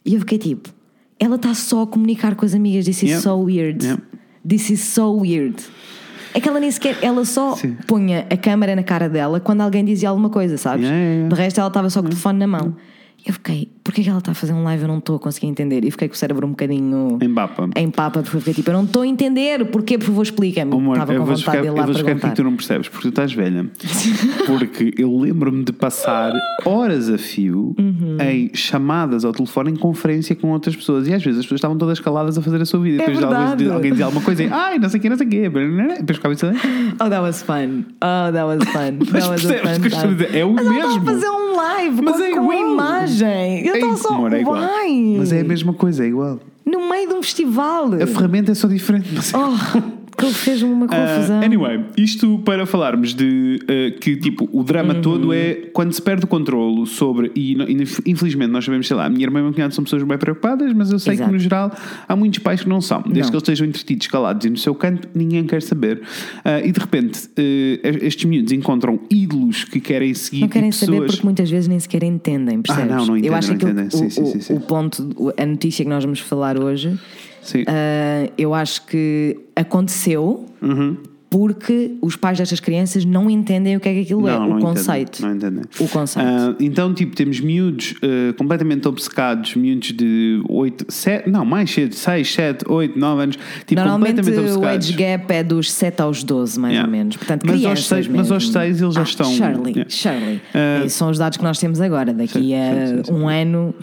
E eu fiquei tipo, ela está só a comunicar com as amigas. This is so weird. This is so weird. É que ela nem sequer, ela só punha a câmera na cara dela quando alguém dizia alguma coisa, sabes? De resto ela estava só com o telefone na mão. Eu fiquei, porquê que ela está a fazer um live? Eu não estou a conseguir entender. E fiquei com o cérebro um bocadinho em papa, porque eu fiquei tipo, eu não estou a entender. Porquê? Por favor, explica-me. Estava com vontade de ir lá perguntar. Eu vou explicar porque tu não percebes, porque tu estás velha. Porque eu lembro-me de passar horas a fio em chamadas ao telefone em conferência com outras pessoas. E às vezes as pessoas estavam todas caladas a fazer a sua vida. E depois alguém dizia alguma coisa e não sei o quê. Depois ficava isso. Oh, that was fun. Oh, that was fun. Mas percebes que eu estou a dizer? É o mesmo. Ela estava a fazer um live com a imagem. Eu estava só, why? Mas é a mesma coisa, é igual. No meio de um festival. A ferramenta é só diferente. Mas... que ele fez uma confusão. Anyway, isto para falarmos de que tipo, o drama todo é quando se perde o controlo sobre, e infelizmente nós sabemos, sei lá, a minha irmã e o meu cunhado são pessoas bem preocupadas, mas eu sei que no geral há muitos pais que não são, desde que eles estejam entretidos, calados e no seu canto, ninguém quer saber. E de repente estes miúdos encontram ídolos que querem seguir. Não querem saber porque muitas vezes nem sequer entendem, percebes? Não entendem, eu acho que o ponto, a notícia que nós vamos falar hoje, eu acho que aconteceu porque os pais destas crianças não entendem o que é que aquilo o conceito. Não entendem. O conceito. Então, tipo, temos miúdos completamente obcecados, miúdos de 6, 7, 8, 9 anos, tipo, normalmente completamente obcecados. O age gap é dos 7 aos 12, mais ou menos. Portanto, mas aos 6 eles já estão. Shirley. Esses são os dados que nós temos agora. Daqui a um ano.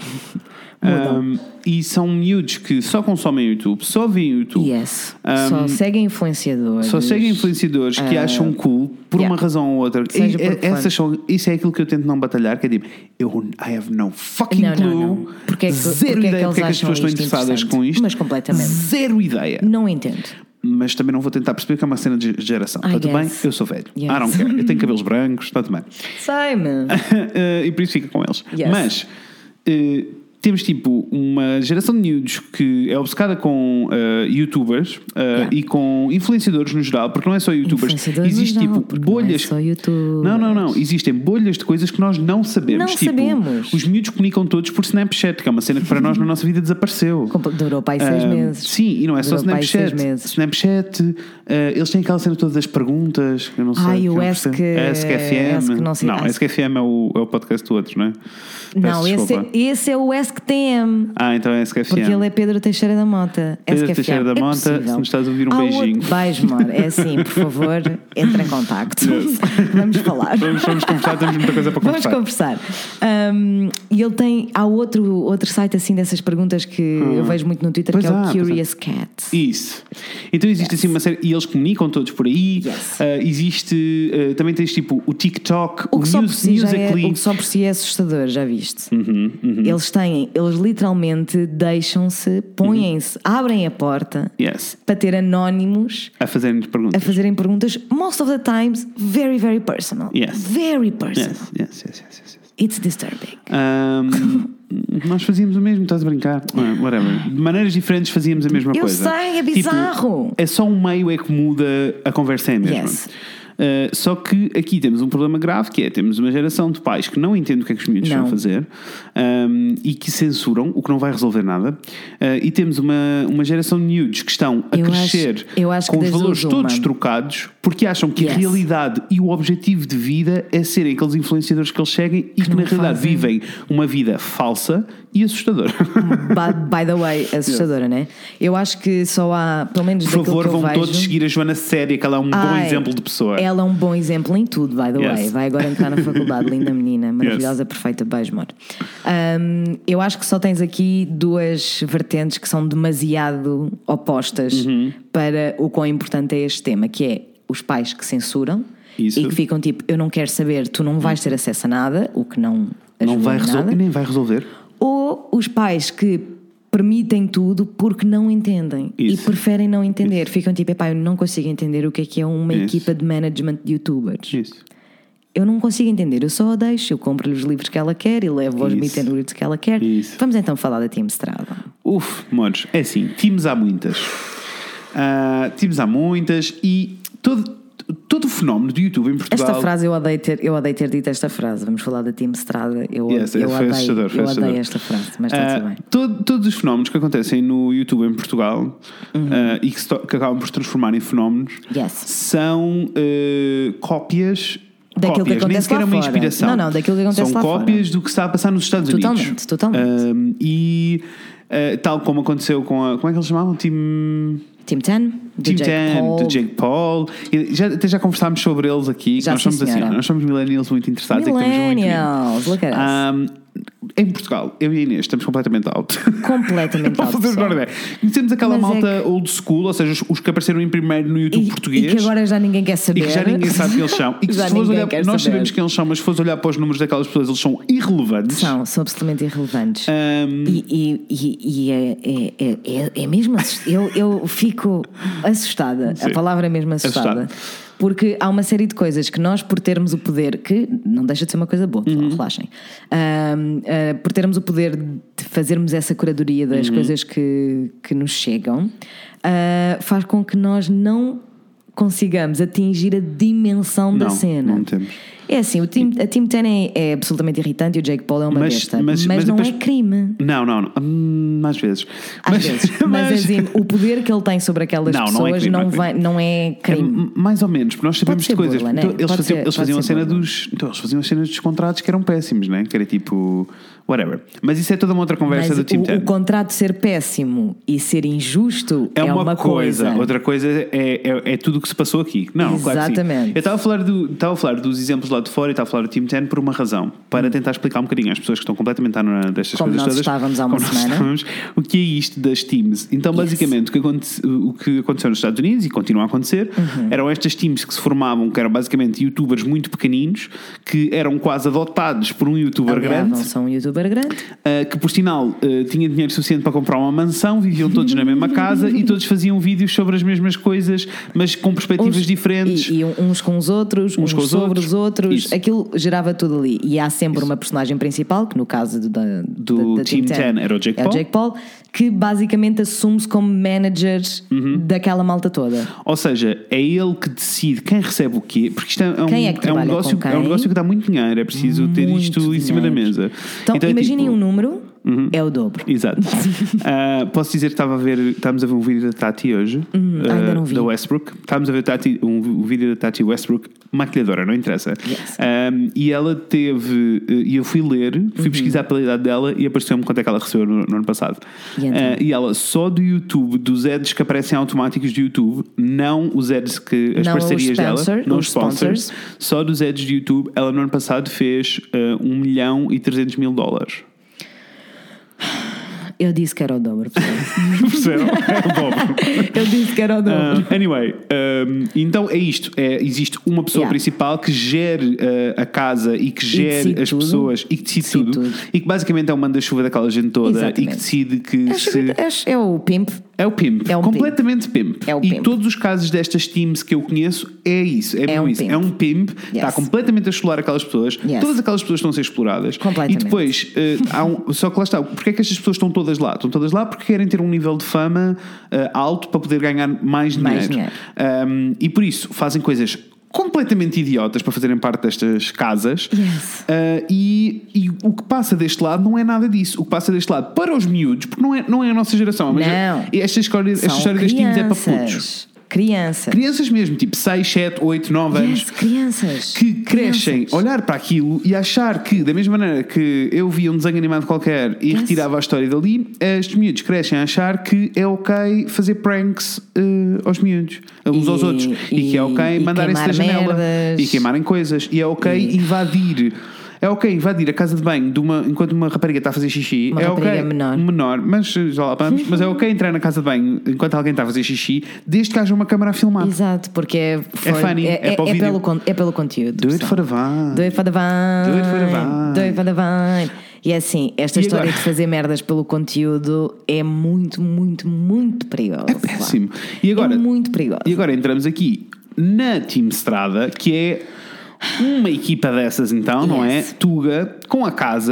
E são miúdos que só consomem YouTube, só veem YouTube, só seguem influenciadores, que acham cool por uma razão ou outra. Isso é aquilo que eu tento não batalhar, que é tipo, I have no fucking clue. Zero ideia porque é que as pessoas estão interessadas com isto, mas completamente zero ideia. Não entendo. Mas também não vou tentar perceber que é uma cena de geração. Está tudo bem? Eu sou velho. I don't care. Eu tenho cabelos brancos, está tudo bem. Sei-me. E por isso fica com eles. Mas temos tipo uma geração de miúdos que é obcecada com youtubers e com influenciadores no geral, porque não é só youtubers, existe tipo bolhas. Não, existem bolhas de coisas que nós não sabemos. Sabemos. Os miúdos comunicam todos por Snapchat, que é uma cena que para nós na nossa vida desapareceu. Durou para aí 6 meses. Sim, e não é só Snapchat. Eles têm aquela cena todas das perguntas. Eu não sei. O ESC-FM. Não, ESC-FM é o podcast do outro, não é? Não, esse é o ESC-TM. Então é ESC-FM. Porque ele é Pedro Teixeira da Mota. Pedro Teixeira da Mota, se nos estás a ouvir, um beijinho. Beijo, amor. É assim, por favor, entre em contacto. Vamos falar. Vamos conversar, temos muita coisa para conversar. Vamos conversar. E ele há outro site assim dessas perguntas que eu vejo muito no Twitter, que é o Curious Cat. Isso. Então existe assim uma série, e eles comunicam todos por aí. Existe, também tens tipo o TikTok, o Musical.ly. O que só por si é assustador, já viste? Eles literalmente deixam-se, põem-se, abrem a porta para ter anónimos a fazerem perguntas, most of the times very, very personal. Very personal. Yes. It's disturbing. Nós fazíamos o mesmo, estás a brincar? Whatever. De maneiras diferentes fazíamos a mesma coisa. Eu sei, é bizarro. Tipo, é só um meio que muda, a conversa é mesmo. Só que aqui temos um problema grave, que é, temos uma geração de pais que não entendem o que é que os miúdos estão a fazer e que censuram, o que não vai resolver nada, e temos uma geração de miúdos que estão a crescer com os valores todos trocados, porque acham que a realidade e o objetivo de vida é serem aqueles influenciadores que eles seguem e que na realidade vivem uma vida falsa e assustadora. By the way, assustadora, né? Eu acho que só há, pelo menos por favor, vão todos seguir a Joana Séria, que ela é um bom exemplo de pessoa. Ela é um bom exemplo em tudo, by the way. Vai agora entrar na faculdade, linda menina, maravilhosa, perfeita, beijo, amor. Eu acho que só tens aqui duas vertentes que são demasiado opostas para o quão importante é este tema, que é os pais que censuram e que ficam tipo, eu não quero saber, tu não vais ter acesso a nada, o que não vai resolver, nem vai resolver. Ou os pais que permitem tudo porque não entendem e preferem não entender. Ficam tipo, eu não consigo entender o que é uma equipa de management de youtubers. Eu não consigo entender, eu só a deixo, eu compro-lhe os livros que ela quer e levo aos meet and greets que ela quer. Vamos então falar da Team Estrada. Mores, é assim, teams há muitas. E todo fenómeno do YouTube em Portugal. Esta frase, eu odeio ter dito esta frase. Vamos falar da Team Estrada. Eu odeio esta frase, mas está tudo bem. Todos os fenómenos que acontecem no YouTube em Portugal e que acabam por se transformar em fenómenos são cópias daquilo que acontece nem sequer lá é uma fora. inspiração. Não, daquilo que acontece são lá fora. São cópias do que está a passar nos Estados Unidos. Totalmente. E tal como aconteceu com a... Como é que eles chamavam? Team 10 do Jake Paul. E já conversámos sobre eles aqui. Já, nós somos assim, nós somos millennials muito interessados. Millennials, look at us. Em Portugal, eu e a Inês estamos completamente out. Completamente out. Conhecemos aquela malta old school, ou seja, os que apareceram em primeiro no YouTube português. E que agora já ninguém quer saber. E que já ninguém sabe quem eles são. E que se fores olhar, nós sabemos quem eles são, mas se fores olhar para os números daquelas pessoas, eles são irrelevantes. São absolutamente irrelevantes. E é mesmo eu fico assustada. Sim. A palavra é mesmo assustada. Porque há uma série de coisas que nós, por termos o poder, que não deixa de ser uma coisa boa, relaxem, por termos o poder de fazermos essa curadoria das coisas que nos chegam, faz com que nós não consigamos atingir a dimensão da cena. Não temos. É assim, a Team 10 é absolutamente irritante e o Jake Paul é uma besta, mas não depois... é crime. Não, às vezes. Mas assim, o poder que ele tem sobre aquelas pessoas não é crime. Mais ou menos, porque nós sabemos de coisas. Burla, né? Então, eles faziam a cena eles faziam as cenas dos contratos que eram péssimos, né? Que era tipo whatever. Mas isso é toda uma outra conversa do Team 10. O contrato ser péssimo e ser injusto é uma coisa. Outra coisa é tudo o que se passou aqui. Não, exatamente. Claro que sim. Eu estava a falar dos exemplos lá de fora e estava a falar do Team 10 por uma razão, para tentar explicar um bocadinho às pessoas que estão completamente destas como coisas nós todas. Estávamos há uma semana. O que é isto das teams? Então, basicamente, o que aconteceu nos Estados Unidos e continua a acontecer eram estas teams que se formavam, que eram basicamente youtubers muito pequeninos, que eram quase adotados por um youtuber grande. São um youtuber grande. Que, por sinal, tinha dinheiro suficiente para comprar uma mansão, viviam todos na mesma casa e todos faziam vídeos sobre as mesmas coisas, mas com perspectivas diferentes. E uns com os outros, uns sobre os outros. Isso. Aquilo gerava tudo ali. E há sempre uma personagem principal, que no caso da Team 10 era o Jake Paul, que basicamente assume-se como manager daquela malta toda. Ou seja, é ele que decide quem recebe o quê, porque isto é um negócio que dá muito dinheiro, é preciso ter isto em cima da mesa. Então imaginem um número. É o dobro. Exato. Posso dizer que estávamos a ver um vídeo da Tati hoje, ainda não vi. da Westbrook. Estávamos a ver um vídeo da Tati Westbrook, maquilhadora, não interessa. Yes. E ela teve, e eu fui pesquisar pela idade dela e apareceu-me quanto é que ela recebeu no ano passado. E ela, só do YouTube, dos ads que aparecem automáticos do YouTube, não os ads que as parcerias dela, não os sponsors, só dos ads do YouTube, ela no ano passado fez $1.300.000. Eu disse que era o dobro. Percebeu? É o dobro. Eu disse que era o dobro. Anyway, então é isto. Existe uma pessoa principal que gere a casa e que gere as pessoas e que decide tudo. E que basicamente é o manda-chuva daquela gente toda. Exatamente. E que decide que é o pimp. É o pimp. Completamente pimp. É o e pimp. todos os casos destas teams que eu conheço é isso. É um pimp. Está completamente a explorar aquelas pessoas. Todas aquelas pessoas estão a ser exploradas. E depois, só que lá está. Porque é que estas pessoas estão todas lá? Estão todas lá porque querem ter um nível de fama alto para poder ganhar mais dinheiro. E por isso fazem coisas completamente idiotas para fazerem parte destas casas. E o que passa deste lado não é nada disso. O que passa deste lado para os miúdos, porque não é a nossa geração, mas esta história das teams é para putos. Crianças mesmo, tipo 6, 7, 8, 9 anos. Crianças. Que crescem, olhar para aquilo e achar que, da mesma maneira que eu via um desenho animado qualquer e retirava a história dali, estes miúdos crescem a achar que é ok fazer pranks aos miúdos, uns aos outros. E que é ok mandarem-se da janela. E queimarem coisas. E é ok invadir. É ok invadir a casa de banho enquanto uma rapariga está a fazer xixi. Uma rapariga menor, mas já lá vamos. Mas é ok entrar na casa de banho enquanto alguém está a fazer xixi, desde que haja uma câmara a filmar. Exato, porque é funny, é para o vídeo. É pelo conteúdo. Do it for the vibe. Do it for the vibe. Do it for the vibe. Do it for the vibe. E assim, esta história de fazer merdas pelo conteúdo é muito, muito, muito perigosa. É péssimo. E agora, é muito perigosa. E agora entramos aqui na Team Estrada, que é uma equipa dessas então, não é? Tuga, com a casa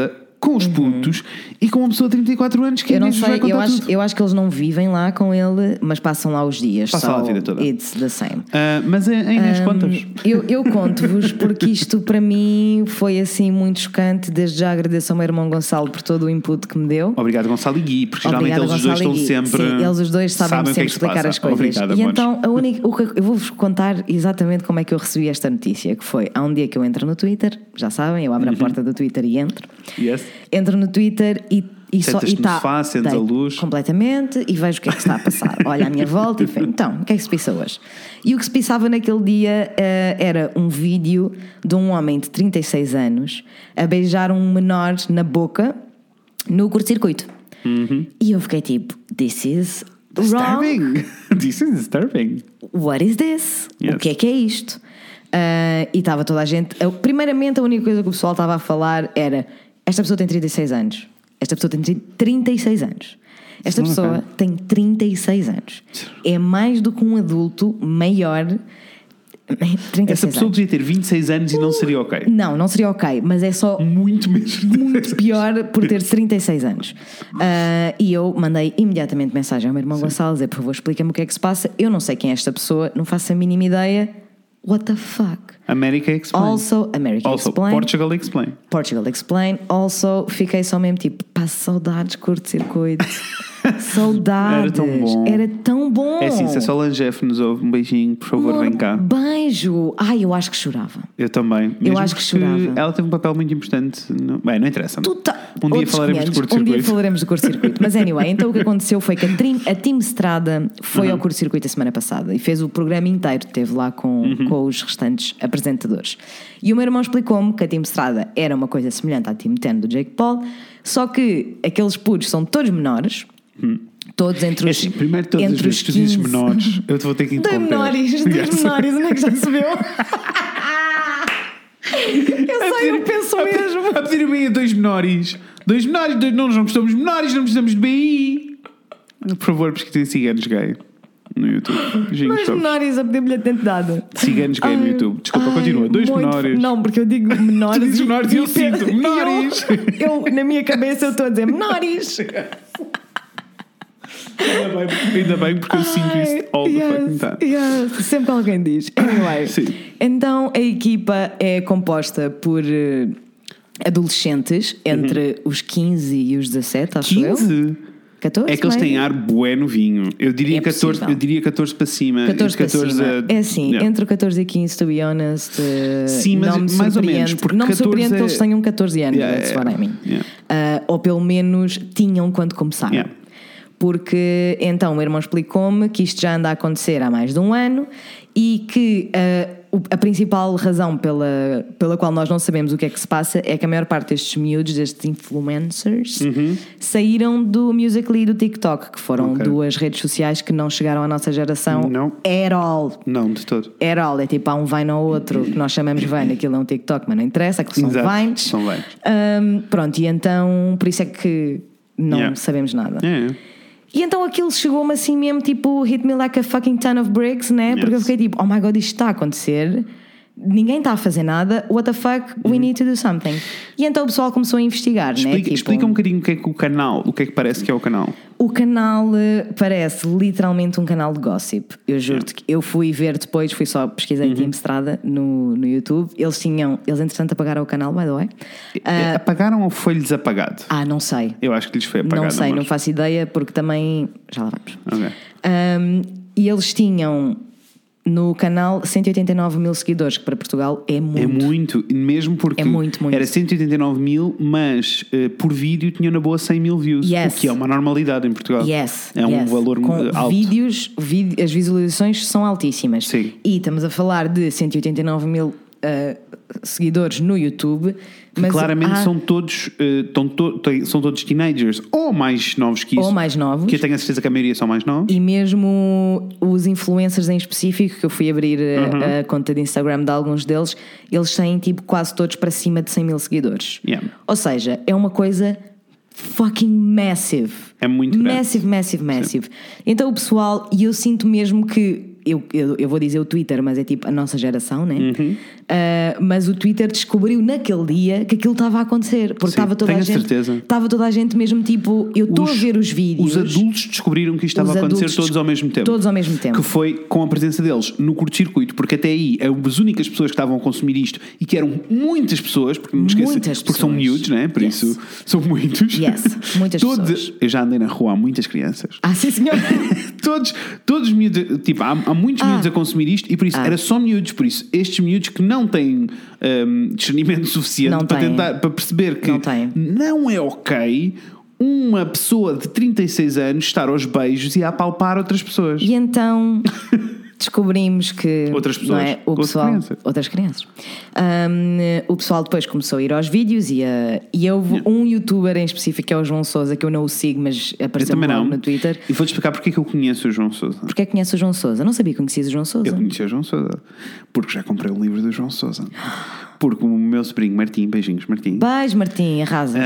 com os putos e com uma pessoa de 34 anos que Eu não nem sei, vai contar tudo. eu acho que eles não vivem lá com ele, mas passam lá os dias. Passam lá a vida toda. It's the same. Mas a Inês conta-vos. Eu conto-vos porque isto para mim foi assim muito chocante. Desde já agradeço ao meu irmão Gonçalo por todo o input que me deu. Obrigado, Gonçalo e Gui, porque geralmente Obrigada, eles os dois Gonçalo estão e Gui. sempre. Sim, eles os dois sabem o que é sempre que se explicar passa. as coisas. Obrigado, e amores. então eu vou-vos contar exatamente como é que eu recebi esta notícia. Que foi, há um dia que eu entro no Twitter, já sabem, eu abro a porta do Twitter e entro. Yes. Entro no Twitter e Sentas-te no sofá, acendes a luz. completamente e vejo o que é que está a passar. Olha à minha volta e falei, então, o que é que se passa hoje? E o que se passava naquele dia era um vídeo de um homem de 36 anos a beijar um menor na boca no curto-circuito. E eu fiquei tipo, this is wrong. Disturbing. This is disturbing. What is this? Yes. O que é isto? E estava toda a gente. Primeiramente, a única coisa que o pessoal estava a falar era: esta pessoa tem 36 anos. Esta pessoa tem 36 anos. Esta Não, pessoa ok. tem 36 anos. É mais do que um adulto maior. 36 Essa pessoa anos. podia ter 26 anos e não seria ok. Não seria ok, mas é só Muito mesmo. muito pior por ter 36 anos. E eu mandei imediatamente mensagem ao meu irmão Gonçalo, dizer, por favor, explica-me o que é que se passa. Eu não sei quem é esta pessoa, não faço a mínima ideia. What the fuck? America Explain. Also, America Also, Explain. Portugal Explain. Portugal Explain. Also, fiquei só mesmo tipo, pá, saudades, curto-circuito. Saudades. Era tão bom. Era tão bom. É assim, se a Solange F nos ouve, um beijinho, por favor, Amor, vem cá. Beijo. Ai, eu acho que chorava. Eu também. Mesmo acho que porque chorava. ela teve um papel muito importante. Bem, não interessa. Um dia Outros falaremos de 500. curto-circuito. Um dia falaremos do curto-circuito. Mas anyway, então o que aconteceu foi que a Team Estrada foi ao curto-circuito a semana passada e fez o programa inteiro, esteve lá com os restantes apresentadores. E o meu irmão explicou-me que a Team Estrada era uma coisa semelhante à Team 10 do Jake Paul, só que aqueles putos são todos menores. Todos entre É os. assim, primeiro todas as entre vezes os que tu dizes 15. menores, eu te vou ter que Dois interromper. menores, Yes. onde é que já se viu? Eu sei, eu penso mesmo. A pedir a mim dois menores, não, nós não gostamos de menores, não precisamos de BI. Por favor, pesquisem ciganos gay no YouTube. Beijinhos, Dois todos. menores a pedir-me a identidade. Ciganos gay no Ai, YouTube. Desculpa, ai, continua. Dois muito- menores. Não, porque eu digo menores. Tu dizes menores e eu penso- sinto, menores. Eu, na minha cabeça, eu estou a dizer menores. Ainda bem, porque eu sinto isso all the fucking time. Yes, sempre que alguém diz. Anyway, Sim. então a equipa é composta por adolescentes entre os 15 e os 17, acho eu. 15? 14? É que eles não têm ar bué novinho. Eu diria É 14, possível. eu diria 14 para cima. 14 para cima. É assim, yeah. entre o 14 e 15, to be honest, Sim, mas não me mais ou surpreende. menos, porque não me 14 surpreende que é- eles tenham 14 anos, Yeah, that's yeah, what I mean. yeah. Ou pelo menos tinham quando começaram. Yeah. Porque então o meu irmão explicou-me que isto já anda a acontecer há mais de um ano e que a principal razão pela qual nós não sabemos o que é que se passa é que a maior parte destes miúdos, destes influencers, saíram do Musical.ly e do TikTok, que foram Ok. duas redes sociais que não chegaram à nossa geração Não. at all. Não, de todo. At all. É tipo, há um Vine ou outro que nós chamamos Vine, aquilo é um TikTok, mas não interessa, que são Exato, Vines. são Vines. Pronto, e então por isso é que não Yeah. sabemos nada. É. E então aquilo chegou-me assim mesmo, tipo, hit me like a fucking ton of bricks, né? Porque eu Yes. fiquei tipo, oh my god, isto está a acontecer, ninguém está a fazer nada, what the fuck, we need to do something. E então o pessoal começou a investigar, né? Tipo, Explica um bocadinho o que é que o canal, o que é que parece que é o canal. o canal parece literalmente um canal de gossip. Eu juro-te que eu fui ver depois, fui só pesquisei Team Estrada no YouTube. Eles entretanto apagaram o canal, by the way. Apagaram ou foi-lhes apagado? Não sei. Eu acho que lhes foi apagado. Não sei, amor. não faço ideia, porque também. Já lá vamos. Ok. E eles tinham no canal 189 mil seguidores, que para Portugal é muito. É muito, mesmo porque É muito. era 189 mil, mas por vídeo tinha na boa 100 mil views, Yes. o que é uma normalidade em Portugal. Yes, É um yes. valor Com alto. vídeos, as visualizações são altíssimas. Sim. E estamos a falar de 189 mil seguidores no YouTube. Mas Claramente são todos são todos teenagers ou mais novos que isso. Ou mais novos. Que eu tenho a certeza que a maioria são mais novos. E mesmo os influencers em específico, que eu fui abrir a conta de Instagram de alguns deles, eles têm tipo quase todos para cima de 100 mil seguidores. Yeah. Ou seja, é uma coisa fucking massive. É muito grande. Massive. Então o pessoal, e eu sinto mesmo que eu vou dizer o Twitter, mas é tipo a nossa geração, né? Mas o Twitter descobriu naquele dia que aquilo estava a acontecer. Porque Sim, estava toda tenho a a gente. certeza. Estava toda a gente mesmo tipo, eu estou a ver os vídeos. Os adultos descobriram que isto estava a acontecer todos ao mesmo tempo. Todos ao mesmo tempo. Que foi com a presença deles no curto-circuito, porque até aí as únicas pessoas que estavam a consumir isto, e que eram muitas pessoas, porque não esqueça, Muitas porque são pessoas. miúdos, né? Por Yes. isso são muitos. Yes, muitas pessoas. Eu já andei na rua, há muitas crianças. Sim, senhor. Todos miúdos, tipo, há muitos miúdos a consumir isto, e por isso era só miúdos. Por isso, estes miúdos que não têm discernimento suficiente Não para têm. tentar, para perceber que Não têm. não é ok uma pessoa de 36 anos estar aos beijos e a apalpar outras pessoas. E então descobrimos que Outras pessoas, não é, o outras pessoal, crianças. outras crianças. O pessoal depois começou a ir aos vídeos e houve um youtuber em específico que é o João Sousa, que eu não o sigo, mas Eu apareceu também logo não. no Twitter. E vou-te explicar porque é que eu conheço o João Sousa. Porque é que conhece o João Sousa? Não sabia que conhecias o João Sousa. Eu conheci o João Sousa porque já comprei o livro do João Sousa. Porque o meu sobrinho Martim, beijinhos Martim, Beijo, Martim, arrasas.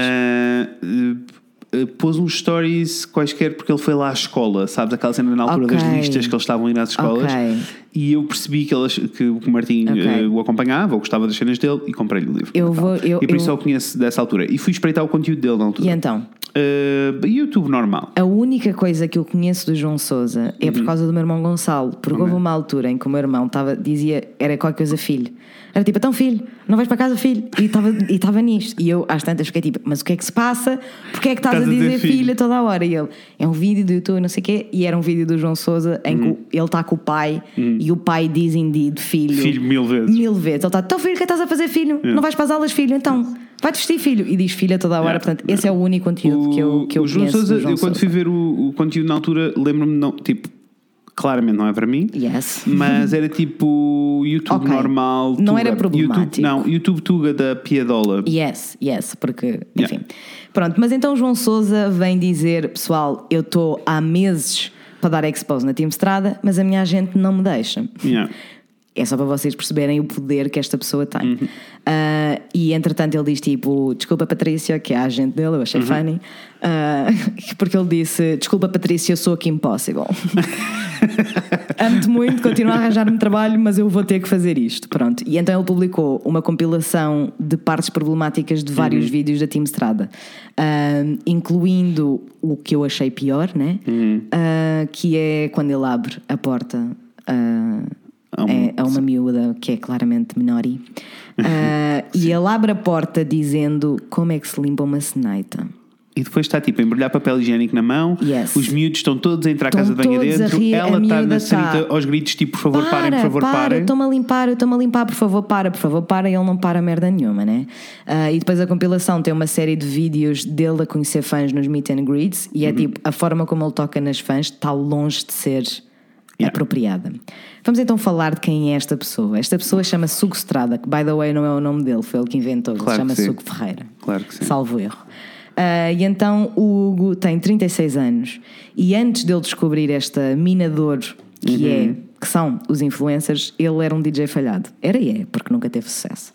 pôs uns stories quaisquer porque ele foi lá à escola, sabes? Aquela cena na altura das Ok. listas que eles estavam a ir às escolas. Ok. E eu percebi que o Martim Ok. o acompanhava, ou gostava das cenas dele, e comprei-lhe o livro. Eu vou- e por isso eu- eu o conheço dessa altura. E fui espreitar o conteúdo dele na altura. E então? YouTube normal. A única coisa que eu conheço do João Sousa é por causa do meu irmão Gonçalo. Porque houve uma altura em que o meu irmão dizia, era qualquer coisa filho. Era tipo, então filho, não vais para casa filho. E estava nisto. E eu às tantas fiquei tipo, mas o que é que se passa? Porque é que estás a dizer filha toda a hora? E ele, é um vídeo do YouTube, não sei o quê. E era um vídeo do João Sousa em que ele está com o pai e o pai diz indeed filho. Filho 1000 vezes. 1000 vezes. Ele está, então filho, o que estás a fazer filho? Não vais para as aulas filho? Então, vai-te vestir filho. E diz filha toda a hora. Portanto, esse é o único conteúdo que eu o João conheço Sousa, do João eu quando Sousa. fui ver o conteúdo na altura, lembro-me, não, tipo, claramente não é para mim, Yes. mas era tipo YouTube Ok. normal. Não Tuga. era problemático. YouTube Tuga da Piadola. Yes, porque, enfim. Pronto, mas então João Sousa vem dizer, pessoal, eu estou há meses para dar expose na Team Estrada, mas a minha agente não me deixa. Yeah. É só para vocês perceberem o poder que esta pessoa tem. E entretanto ele diz tipo, desculpa Patrícia, que é a agente dele, eu achei funny, porque ele disse, desculpa Patrícia, eu sou a Kim Possible. Amo-te muito, continuo a arranjar-me trabalho, mas eu vou ter que fazer isto. Pronto. E então ele publicou uma compilação de partes problemáticas de vários vídeos da Team Estrada, incluindo o que eu achei pior, né? Que é quando ele abre a porta a uma miúda que é claramente minori. E ele abre a porta dizendo como é que se limpa uma seneita. E depois está tipo a embrulhar papel higiênico na mão, Yes. os miúdos estão todos a entrar à casa de banho todos a dentro, rir, ela a está miúda na tá- sanita aos gritos tipo, por favor parem, por favor parem. eu estou-me a limpar, por favor para. E ele não para merda nenhuma, né? E depois a compilação tem uma série de vídeos dele a conhecer fãs nos meet and greets e é tipo, a forma como ele toca nas fãs está longe de ser apropriada. Vamos então falar de quem é esta pessoa. Esta pessoa chama-se Hugo Estrada, que by the way não é o nome dele, foi ele que inventou, Claro que chama-se sim. Hugo Ferreira. Claro que sim. Salvo erro. E então o Hugo tem 36 anos e antes dele descobrir esta mina de ouro que são os influencers, ele era um DJ falhado. Era e é, porque nunca teve sucesso.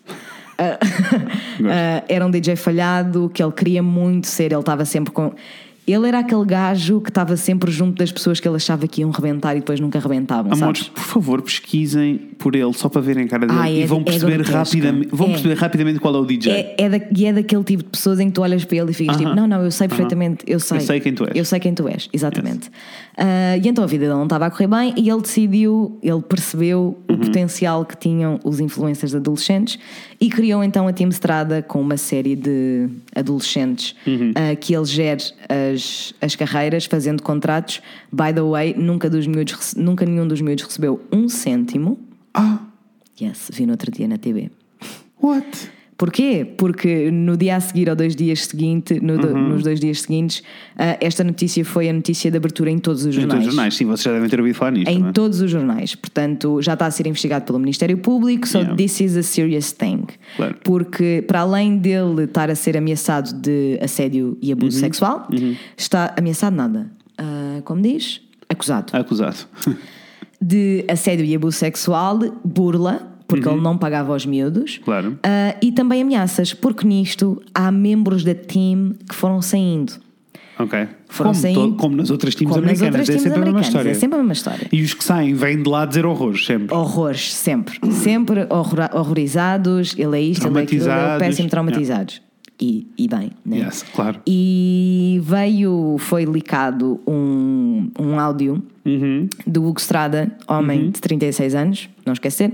Era um DJ falhado que ele queria muito ser, ele estava sempre com... Ele era aquele gajo que estava sempre junto das pessoas que ele achava que iam rebentar e depois nunca rebentavam, Amores, sabes? por favor, pesquisem por ele só para verem a cara dele e vão perceber rapidamente, perceber rapidamente qual é o DJ. É daquele tipo de pessoas em que tu olhas para ele e ficas tipo, não, eu sei perfeitamente, eu sei quem tu és. Eu sei quem tu és, exatamente. E então a vida dele não estava a correr bem e ele percebeu o potencial que tinham os influencers adolescentes e criou então a Team Estrada com uma série de adolescentes que ele gere as carreiras fazendo contratos. By the way, nunca nenhum dos miúdos recebeu 1 cêntimo. Yes, vi no outro dia na TV. What? Porquê? Porque no dia a seguir ou 2 dias seguintes, nos 2 dias seguintes, esta notícia foi a notícia de abertura em todos os jornais. Em todos os jornais, sim, vocês já devem ter ouvido falar nisto. Em não é? todos os jornais. Portanto, já está a ser investigado pelo Ministério Público, so this is a serious thing. Claro. Porque, para além dele estar a ser ameaçado de assédio e abuso sexual, está ameaçado nada. Como diz? Acusado. Acusado. De assédio e abuso sexual, burla, porque ele não pagava aos miúdos. Claro. E também ameaças, porque nisto há membros da team que foram saindo. Ok. Foram saindo, como nas outras teams como nas americanas. outras É teams sempre a mesma americanas, história. é sempre a mesma história. E os que saem vêm de lá dizer horrores, sempre. Horrores, sempre. Sempre horrorizados, ele é isto, ele é aquilo, ele é péssimo, traumatizados. E bem, né? Yes, claro. E foi licado um áudio do Hugo Estrada, homem de 36 anos, não esquecer,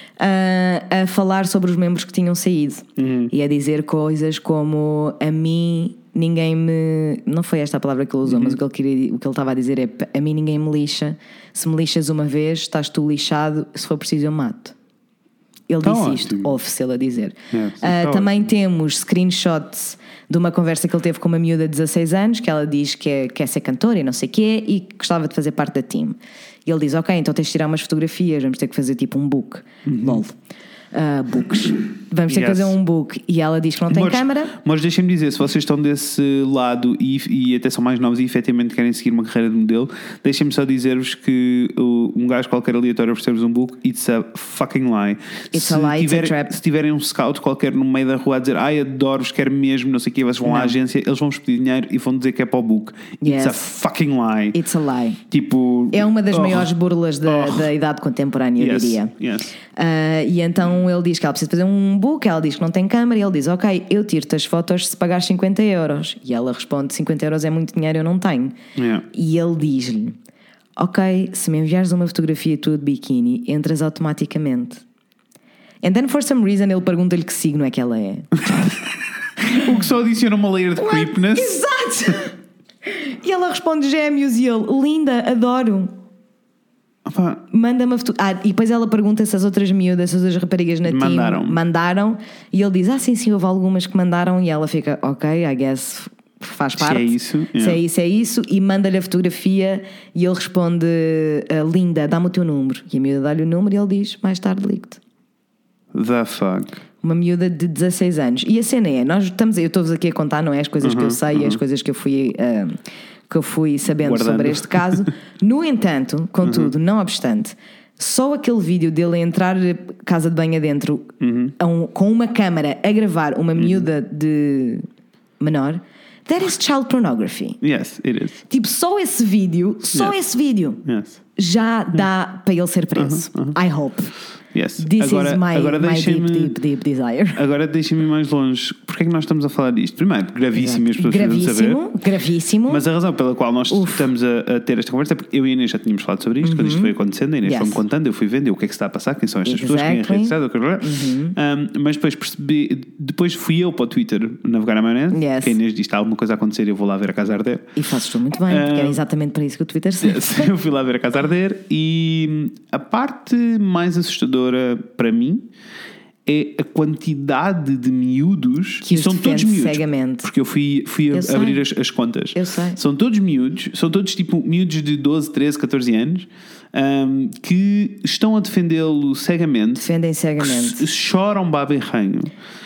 a falar sobre os membros que tinham saído e a dizer coisas como: a mim ninguém me... Não foi esta a palavra que ele usou, mas o que ele estava a dizer é: a mim ninguém me lixa, se me lixas uma vez estás tu lixado, se for preciso eu mato. Ele disse isto, ouve-se ele a dizer. Também temos screenshots de uma conversa que ele teve com uma miúda de 16 anos, que ela diz que quer ser cantora e não sei o quê, e que gostava de fazer parte da team. E ele diz: ok, então tens de tirar umas fotografias, vamos ter que fazer tipo um book. LOL. Books. Vamos ter que fazer um book. E ela diz que não tem câmara. Mas deixem-me dizer, se vocês estão desse lado e até são mais novos e efetivamente querem seguir uma carreira de modelo, deixem-me só dizer-vos que um gajo qualquer aleatório oferecer-vos um book, it's a fucking lie. It's a trap. Se tiverem um scout qualquer no meio da rua a dizer: ai, adoro-vos, quero mesmo, não sei o quê, vocês vão à agência, eles vão-vos pedir dinheiro e vão dizer que é para o book. It's a fucking lie. It's a lie. Tipo, é uma das maiores burlas da idade contemporânea, eu diria. E então ele diz que ela precisa fazer um book, ela diz que não tem câmara, e ele diz: ok, eu tiro-te as fotos se pagares 50 euros. E ela responde: 50 euros é muito dinheiro, eu não tenho. E ele diz-lhe: ok, se me enviares uma fotografia tua de biquíni, entras automaticamente. And then for some reason ele pergunta-lhe que signo é que ela é. O que só adiciona uma layer de creepiness. Exato. E ela responde Gêmeos, e ele: linda, adoro. Manda-me a foto. E depois ela pergunta se as outras miúdas, se as outras raparigas na team mandaram. E ele diz: sim, houve algumas que mandaram. E ela fica: ok, I guess faz parte. Se é isso. E manda-lhe a fotografia. E ele responde: linda, dá-me o teu número. E a miúda dá-lhe o número e ele diz: mais tarde ligo-te. The fuck. Uma miúda de 16 anos. E a cena é: eu estou-vos aqui a contar, não é? As coisas que eu sei, as coisas que eu fui sabendo guardando sobre este caso. No entanto, contudo, não obstante, só aquele vídeo dele entrar casa de banho adentro com uma câmara a gravar uma miúda de menor, that is child pornography. Yes, it is. Tipo, só esse vídeo já dá para ele ser preso. I hope. Yes. This is my deep desire. Agora deixem-me ir mais longe. Porquê é que nós estamos a falar disto? Primeiro, gravíssimo, as pessoas precisam saber. Gravíssimo. Mas a razão pela qual nós estamos a ter esta conversa é porque eu e a Inês já tínhamos falado sobre isto. Quando isto foi acontecendo, a Inês foi-me contando, eu fui vendo o que é que se está a passar, quem são estas pessoas, quem é registrado, mas depois percebi, depois fui eu para o Twitter navegar a maionese, que a Inês diz: está alguma coisa a acontecer, eu vou lá ver a casa arder. E fazes tu muito bem, porque é exatamente para isso que o Twitter serve. Eu fui lá ver a casa arder e a parte mais assustadora para mim é a quantidade de miúdos que são todos miúdos cegamente. Porque eu fui abrir as contas. Eu sei. São todos miúdos, são todos tipo miúdos de 12, 13, 14 anos que estão a defendê-lo cegamente. Defendem cegamente. Choram baba e ranho.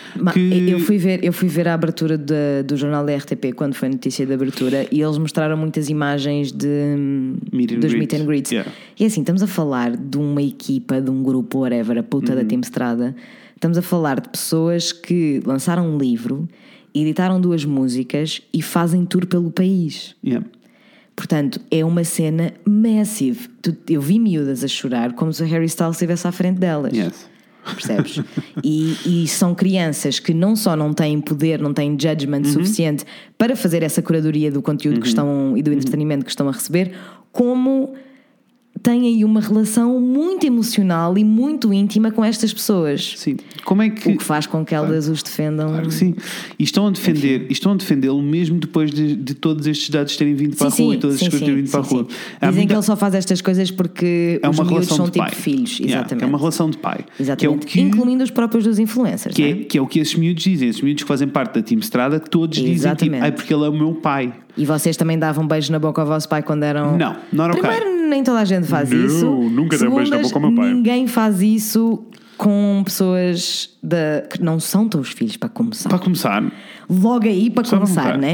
Eu fui ver a abertura do jornal da RTP quando foi notícia de abertura, e eles mostraram muitas imagens dos meet and greets. E assim, estamos a falar de uma equipa, de um grupo, whatever, a puta da Team Estrada. Estamos a falar de pessoas que lançaram um livro, editaram 2 músicas e fazem tour pelo país. Portanto, é uma cena massive. Eu vi miúdas a chorar como se o Harry Styles estivesse à frente delas. Percebes? E são crianças que não só não têm poder, não têm judgment suficiente para fazer essa curadoria do conteúdo que estão e do entretenimento que estão a receber, como têm aí uma relação muito emocional e muito íntima com estas pessoas. Sim. Como é que... O que faz com que elas os defendam. Claro que sim. E estão a defendê-lo mesmo depois de todos estes dados terem vindo para a rua e todas as coisas terem vindo para a rua. Dizem que ele só faz estas coisas porque os miúdos são tipo filhos. Exatamente. É uma relação de pai. Exatamente. Que é incluindo os próprios dos influencers. Que é o que esses miúdos dizem. Esses miúdos que fazem parte da Team Estrada, que todos dizem tipo, porque ele é o meu pai. E vocês também davam beijo na boca ao vosso pai quando eram... Não era o pai. Primeiro, nem toda a gente faz isso. Nunca dei um beijo na boca ao meu pai. Ninguém faz isso com pessoas que não são teus filhos, para começar. Para começar. Logo aí, para começar, né?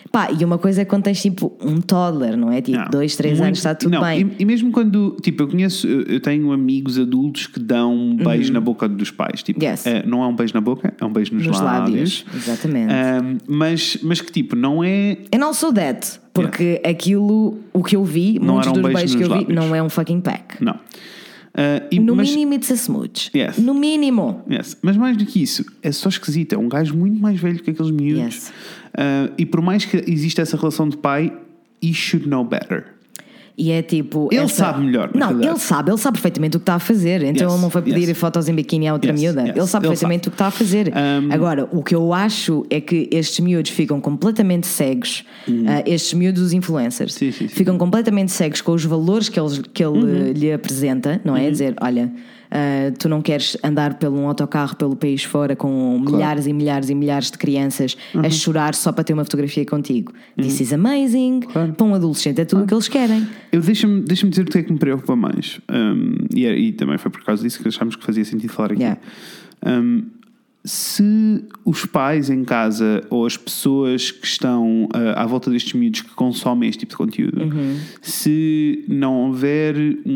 Pá, e uma coisa é quando tens tipo um toddler, não é? Tipo, 2, 3 anos, está tudo bem. E mesmo quando, tipo, eu tenho amigos adultos que dão um beijo na boca dos pais. Tipo, não é um beijo na boca, é um beijo nos lábios. Exatamente. Mas que tipo, não é. And also that, porque aquilo, o que eu vi, não muitos era um dos beijos que eu vi, lábios. não é um fucking peck. Não. No mínimo, it's a smooch. Yes. No mínimo. Yes. Mas mais do que isso, é só esquisito. É um gajo muito mais velho que aqueles miúdos. Yes. E por mais que exista essa relação de pai, he should know better. E é tipo. Ele sabe melhor. Não, ele sabe perfeitamente o que está a fazer. Então ele não foi pedir fotos em biquíni à outra miúda. Ele sabe perfeitamente o que está a fazer. Agora, o que eu acho é que estes miúdos ficam completamente cegos. Estes miúdos, os influencers, ficam completamente cegos com os valores que ele lhe apresenta, não é? Dizer, olha. Tu não queres andar pelo um autocarro pelo país fora com milhares e milhares e milhares de crianças a chorar só para ter uma fotografia contigo. This is amazing. Para um adolescente é tudo o que eles querem. Deixa-me dizer o que é que me preocupa mais, e também foi por causa disso que achámos que fazia sentido falar aqui. Se os pais em casa ou as pessoas que estão à volta destes miúdos que consomem este tipo de conteúdo, se não houver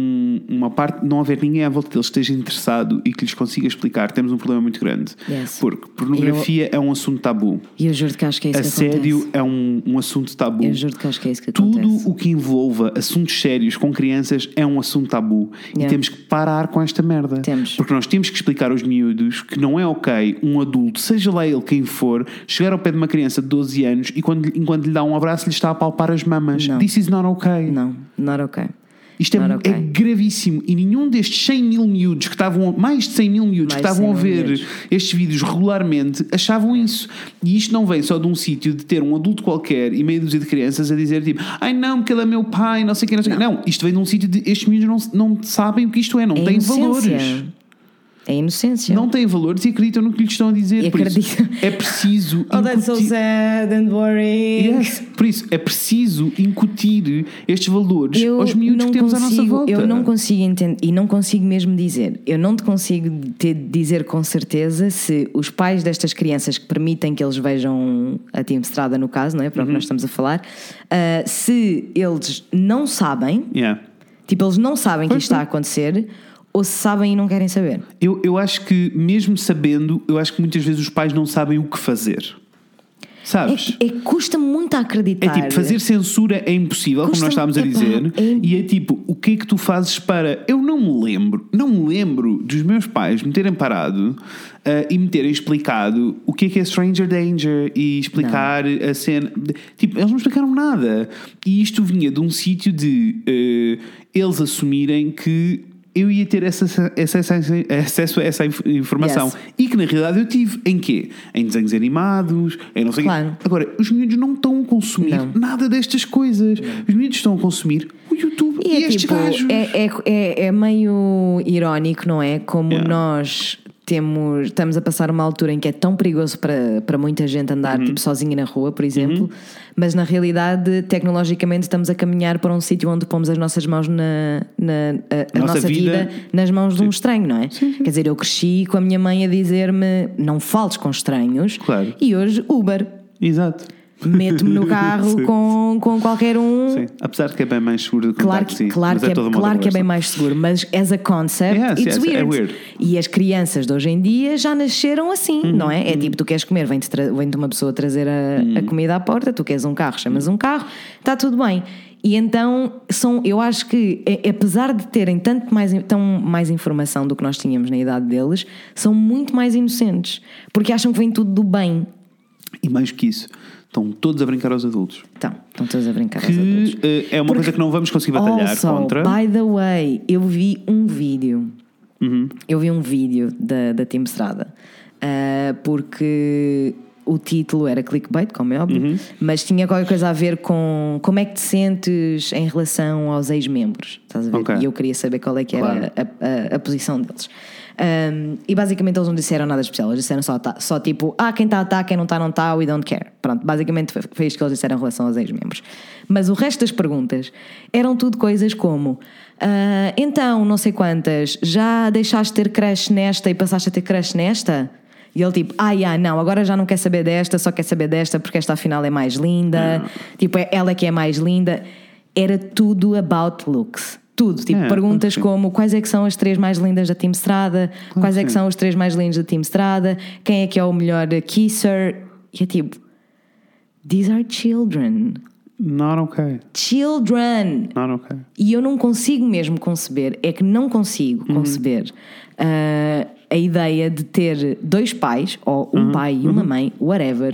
não houver ninguém à volta deles que esteja interessado e que lhes consiga explicar, temos um problema muito grande. Porque pornografia é um assunto tabu. E eu juro que acho que é isso que acontece. Assédio é um assunto tabu. Eu juro que acho que é isso que acontece. Tudo o que envolva assuntos sérios com crianças é um assunto tabu. E temos que parar com esta merda. Porque nós temos que explicar aos miúdos que não é ok um adulto, seja lá ele quem for, chegar ao pé de uma criança de 12 anos e enquanto lhe dá um abraço lhe está a palpar as mamas. This is not okay. Não, not okay. Isto é gravíssimo. E nenhum destes 100 mil miúdos que estavam, mais de 100 mil miúdos que estavam a ver estes vídeos regularmente, achavam isso. E isto não vem só de um sítio de ter um adulto qualquer e meia dúzia de crianças a dizer tipo, ai não, porque ele é meu pai, não sei o que, não sei o que. Não, isto vem de um sítio de estes miúdos não sabem o que isto é, não têm valores. É inocência. Não têm valores e acreditam no que lhes estão a dizer. Por isso, é preciso that's so sad and boring. Por isso, é preciso incutir estes valores aos miúdos que temos à nossa volta. Eu não consigo entender e não consigo mesmo dizer. Eu não te consigo dizer com certeza se os pais destas crianças que permitem que eles vejam a Team Estrada, no caso, não é? Para o que nós estamos a falar, se eles não sabem, tipo, eles não sabem que isto está a acontecer, ou se sabem e não querem saber. Eu acho que mesmo sabendo, eu acho que muitas vezes os pais não sabem o que fazer. Sabes? Custa muito a acreditar. É tipo, fazer censura é impossível, como nós estávamos a dizer. E é tipo, o que é que tu fazes para... Eu não me lembro dos meus pais me terem parado e me terem explicado o que é Stranger Danger e explicar a cena. Tipo, eles não explicaram nada. E isto vinha de um sítio de eles assumirem que eu ia ter acesso a essa informação. E que na realidade eu tive. Em quê? Em desenhos animados, em não sei o quê. Agora, os miúdos não estão a consumir nada destas coisas. Os miúdos estão a consumir o YouTube e estes gajos. É meio irónico, não é? Como nós estamos a passar uma altura em que é tão perigoso para muita gente andar tipo, sozinha na rua, por exemplo, mas na realidade tecnologicamente estamos a caminhar para um sítio onde pomos as nossas mãos a nossa vida nas mãos de um estranho, não é? Quer dizer, eu cresci com a minha mãe a dizer-me não fales com estranhos, e hoje Uber. Exato. Meto-me no carro com qualquer um. Sim. Apesar de que é bem mais seguro do que um táxi. Claro que é bem mais seguro, mas as a concept, it's weird. É weird. E as crianças de hoje em dia já nasceram assim, não é? É tipo, tu queres comer, vem-te uma pessoa trazer a comida à porta, tu queres um carro, chamas um carro, está tudo bem. E então, eu acho que, apesar de terem tão mais informação do que nós tínhamos na idade deles, são muito mais inocentes, porque acham que vem tudo do bem. E mais que isso, estão todos a brincar aos adultos. Estão todos a brincar aos adultos. É uma coisa que não vamos conseguir batalhar contra. By the way, eu vi um vídeo. Eu vi um vídeo da Team Estrada. Porque o título era clickbait, como é óbvio, mas tinha qualquer coisa a ver com como é que te sentes em relação aos ex-membros. Estás a ver? E eu queria saber qual é que era a posição deles. E basicamente eles não disseram nada especial. Eles disseram só tipo, quem está, quem não está, we don't care. Pronto, basicamente foi isto que eles disseram em relação aos ex-membros. Mas o resto das perguntas eram tudo coisas como então, não sei quantas, já deixaste de ter crush nesta e passaste a ter crush nesta? E ele tipo, não, agora já não quer saber desta, só quer saber desta porque esta afinal é mais linda. Tipo, ela que é mais linda. Era tudo about looks. Tudo. Tipo, perguntas como quais é que são as 3 mais lindas da Team Estrada, quais é que são os 3 mais lindos da Team Estrada, quem é que é o melhor kisser. E é tipo, these are children. Not okay. Children. Not okay. E eu não consigo mesmo conceber, é que não consigo conceber a ideia de ter 2 pais, ou um pai e uma mãe, whatever,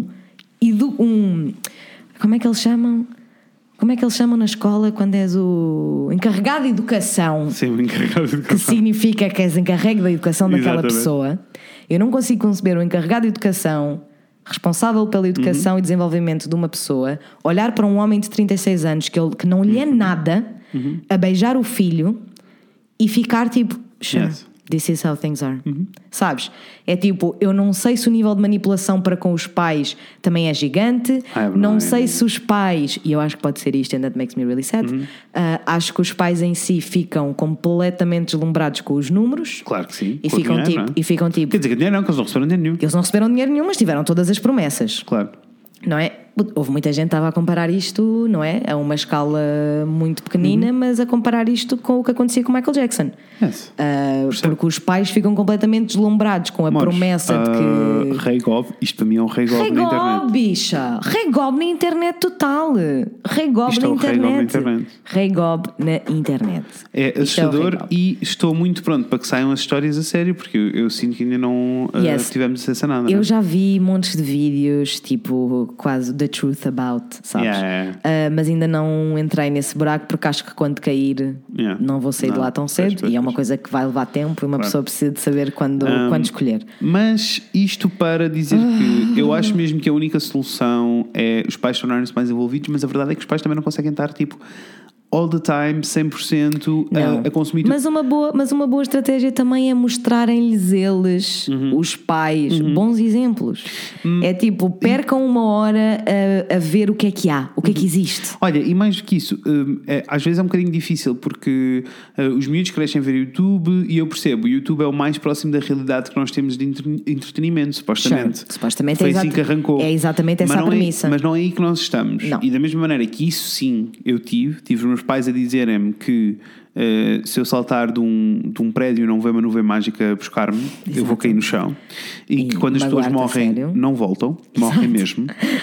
como é que eles chamam? Como é que eles chamam na escola quando és o encarregado de educação? Sim, o encarregado de educação. Que significa que és encarregue da educação daquela Exatamente. pessoa. Eu não consigo conceber o encarregado de educação, responsável pela educação e desenvolvimento de uma pessoa, olhar para um homem de 36 anos que não lhe é nada, a beijar o filho e ficar tipo, sure, Yes. this is how things are. Sabes? É tipo, eu não sei se o nível de manipulação para com os pais também é gigante. Não sei se os pais, e eu acho que pode ser isto, and that makes me really sad, acho que os pais em si ficam completamente deslumbrados com os números. Claro que sim. E Com o ficam, dinheiro, tipo, não é? e ficam tipo. Quer dizer que dinheiro não, que eles não receberam dinheiro nenhum. Eles não receberam dinheiro nenhum, mas tiveram todas as promessas. Claro. Não é? Houve muita gente que estava a comparar isto, não é? A uma escala muito pequenina, mas a comparar isto com o que acontecia com Michael Jackson. Yes. Porque os pais ficam completamente deslumbrados com a promessa de que. Rei Gob, isto para mim é um Rei Gob Rei na Gob, internet. bicha! Rei Gob na internet total! Rei Gob Isto na é o Rei Gob na internet! internet. Rei Gob na internet. É Isto assustador o Rei Gob. e estou muito pronto para que saiam as histórias a sério, porque eu sinto que ainda não Yes. tivemos acesso a nada. Eu já vi montes de vídeos, tipo, quase The Truth About, sabes? Mas ainda não entrei nesse buraco porque acho que quando cair não vou sair de lá tão cedo e é uma coisa que vai levar tempo e uma pessoa precisa de saber quando escolher. Mas isto para dizer que eu acho mesmo que a única solução é os pais tornarem-se mais envolvidos, mas a verdade é que os pais também não conseguem estar tipo all the time, 100% a consumir tudo. Mas uma boa estratégia também é mostrarem-lhes eles, os pais, bons exemplos. É tipo, percam uma hora a ver o que é que há, o que é que existe. Olha, e mais do que isso, às vezes é um bocadinho difícil porque os miúdos crescem a ver YouTube e eu percebo, o YouTube é o mais próximo da realidade que nós temos de entretenimento, supostamente. Sure. Supostamente foi assim que arrancou. É exatamente essa a premissa. Mas não é aí que nós estamos. Não. E da mesma maneira que isso sim, eu tive os meus pais a dizerem-me que se eu saltar de um prédio e não ver uma nuvem mágica buscar-me, eu vou cair no chão. E que quando as pessoas morrem, não voltam, morrem mesmo.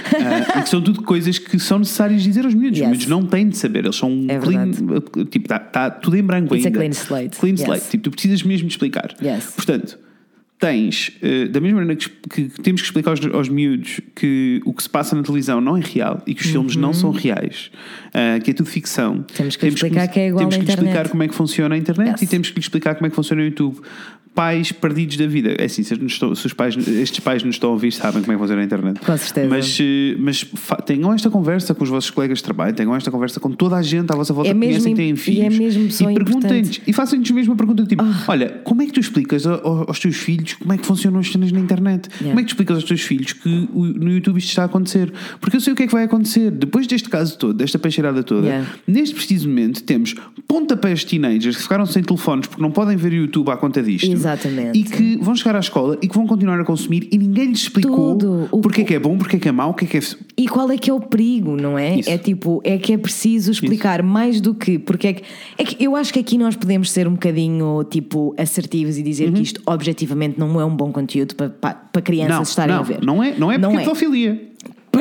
E que são tudo coisas que são necessárias dizer aos miúdos. Os miúdos não têm de saber, eles são clean, tipo, está tudo em branco It's ainda. A clean slate. Clean slate. Tipo, tu precisas mesmo de explicar. Yes. Portanto, tens, da mesma maneira que temos que explicar aos miúdos que o que se passa na televisão não é real e que os filmes não são reais, que é tudo ficção. Temos que explicar que é igual à internet. Temos que lhe explicar como é que funciona a internet e temos que lhe explicar como é que funciona o YouTube. Pais perdidos da vida. É assim, se estes pais nos estão a ouvir, sabem como é que funciona a internet. Com certeza. Mas tenham esta conversa com os vossos colegas de trabalho, tenham esta conversa com toda a gente à vossa volta que conhecem e têm filhos. E é mesmo só perguntem-lhes e façam-lhes mesmo a pergunta tipo: olha, como é que tu explicas aos teus filhos como é que funcionam as cenas na internet? Como é que tu explicas aos teus filhos que no YouTube isto está a acontecer? Porque eu sei o que é que vai acontecer. Depois deste caso todo, desta peixeirada toda, neste preciso momento temos pontapés de teenagers que ficaram sem telefones porque não podem ver o YouTube à conta disto. Exatamente. E que vão chegar à escola e que vão continuar a consumir e ninguém lhes explicou porque é que é bom, porque é que é mau, o que é que é... E qual é que é o perigo, não é? Isso. É tipo, é que é preciso explicar mais do que... Porque é que eu acho que aqui nós podemos ser um bocadinho tipo assertivos e dizer que isto objetivamente não é um bom conteúdo para crianças estarem a ver. Não é porque é pedofilia. Para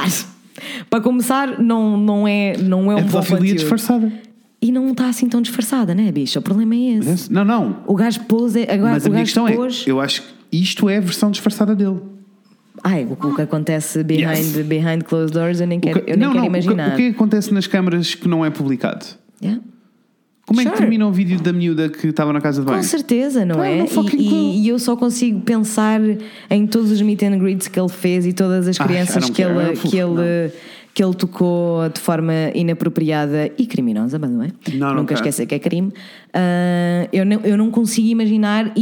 começar não é um bom conteúdo. Pedofilia disfarçada. E não está assim tão disfarçada, não é, bicho? O problema é esse. Não. O gajo pôs... Agora, mas a minha questão é, eu acho que isto é a versão disfarçada dele. O que acontece behind closed doors eu nem quero imaginar. O que acontece nas câmaras que não é publicado? Como é que termina o vídeo da miúda que estava na casa de banho? Com certeza, não é? E eu só consigo pensar em todos os meet and greets que ele fez e todas as crianças que ele tocou de forma inapropriada e criminosa, mas não é? Nunca esquecer que é crime. Eu não consigo imaginar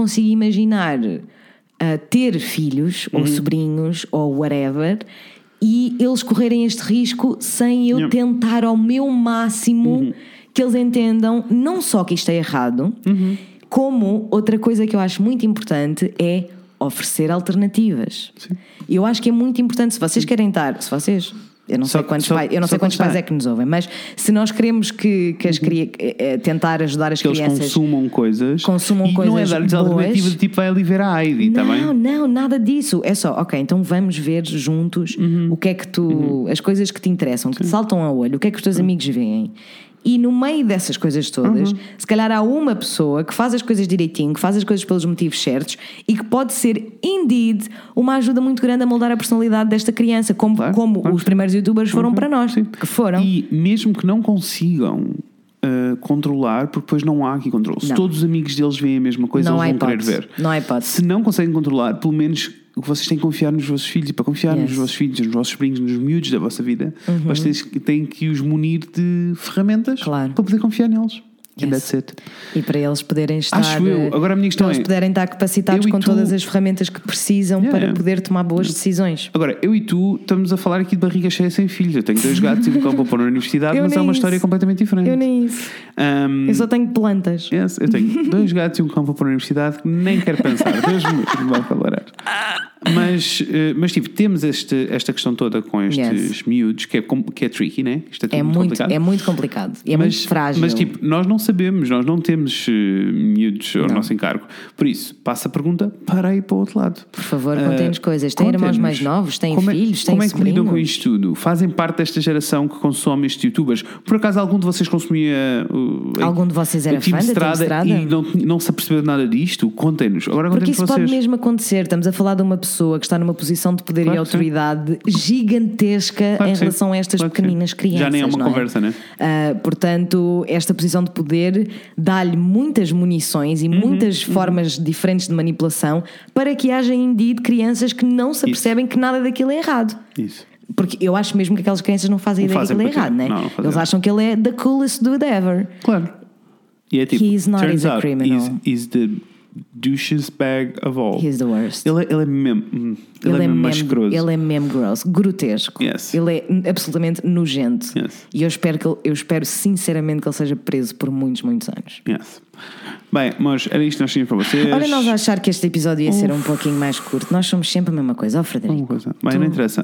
ter filhos ou sobrinhos ou whatever e eles correrem este risco sem eu tentar ao meu máximo que eles entendam não só que isto é errado, como outra coisa que eu acho muito importante é oferecer alternativas. E eu acho que é muito importante, se vocês querem estar, eu não sei quantos pais é que nos ouvem, mas se nós queremos que tentar ajudar as crianças, eles consumam coisas e não é dar-lhes alternativa de tipo vai ali ver a Heidi, tá bem? Não, nada disso. É só, ok, então vamos ver juntos o que é que as coisas que te interessam, que te saltam ao olho, o que é que os teus amigos veem. E no meio dessas coisas todas, se calhar há uma pessoa que faz as coisas direitinho, que faz as coisas pelos motivos certos e que pode ser, indeed, uma ajuda muito grande a moldar a personalidade desta criança, como os primeiros youtubers foram para nós, que foram. E mesmo que não consigam controlar, porque depois não há aqui controle. Se todos os amigos deles veem a mesma coisa, eles vão querer ver. Não há hipótese. Se não conseguem controlar, pelo menos vocês têm que confiar nos vossos filhos, e para confiar nos vossos filhos, nos vossos sobrinhos, nos miúdos da vossa vida, vocês têm que os munir de ferramentas para poder confiar neles. And that's it. E para eles poderem estar, agora a minha questão eles poderem estar capacitados com todas as ferramentas que precisam para poder tomar boas decisões. Agora, eu e tu estamos a falar aqui de barriga cheia sem filhos. Eu tenho 2 gatos e um cão para pôr na universidade, mas é uma história completamente diferente. Eu nem isso. Eu só tenho plantas. Eu tenho 2 gatos e um cão para pôr na universidade que nem quero pensar. Deus me vai falar. Mas tipo, temos esta questão toda com estes miúdos que é tricky, né? Isto é muito complicado. É muito complicado e é muito frágil. Mas tipo, nós não sabemos, nós não temos miúdos ao nosso encargo. Por isso, passa a pergunta para ir para o outro lado. Por favor, contem-nos coisas. Têm irmãos mais novos, têm filhos, têm Como é que sobrinhos? lidam com isto tudo? Fazem parte desta geração que consome estes youtubers? Por acaso algum de vocês consumia algum de vocês era fã da Estrada e não se apercebeu de nada disto? Contem-nos. Agora porque isso vocês. pode mesmo acontecer. Estamos a falar de uma pessoa que está numa posição de poder e autoridade gigantesca em relação a estas pequeninas crianças. Já nem é uma conversa, né? Portanto, esta posição de poder dá-lhe muitas munições e muitas formas diferentes de manipulação para que haja indeed crianças que não se apercebem que nada daquilo é errado. Isso. Porque eu acho mesmo que aquelas crianças não fazem ideia que aquilo é errado, né? Eles acham que ele é the coolest dude ever. Claro. E é tipo, he's not a criminal. He's the douches bag of all. He's the worst. Ele é mesmo mascaroso. Ele é mesmo grotesco. Yes. Ele é absolutamente nojento. Yes. E eu espero sinceramente que ele seja preso por muitos, muitos anos. Yes. Bem, mas era isto que nós tínhamos para vocês. Olha, nós a achar que este episódio ia ser um pouquinho mais curto. Nós somos sempre a mesma coisa. Frederico. Bem, não interessa.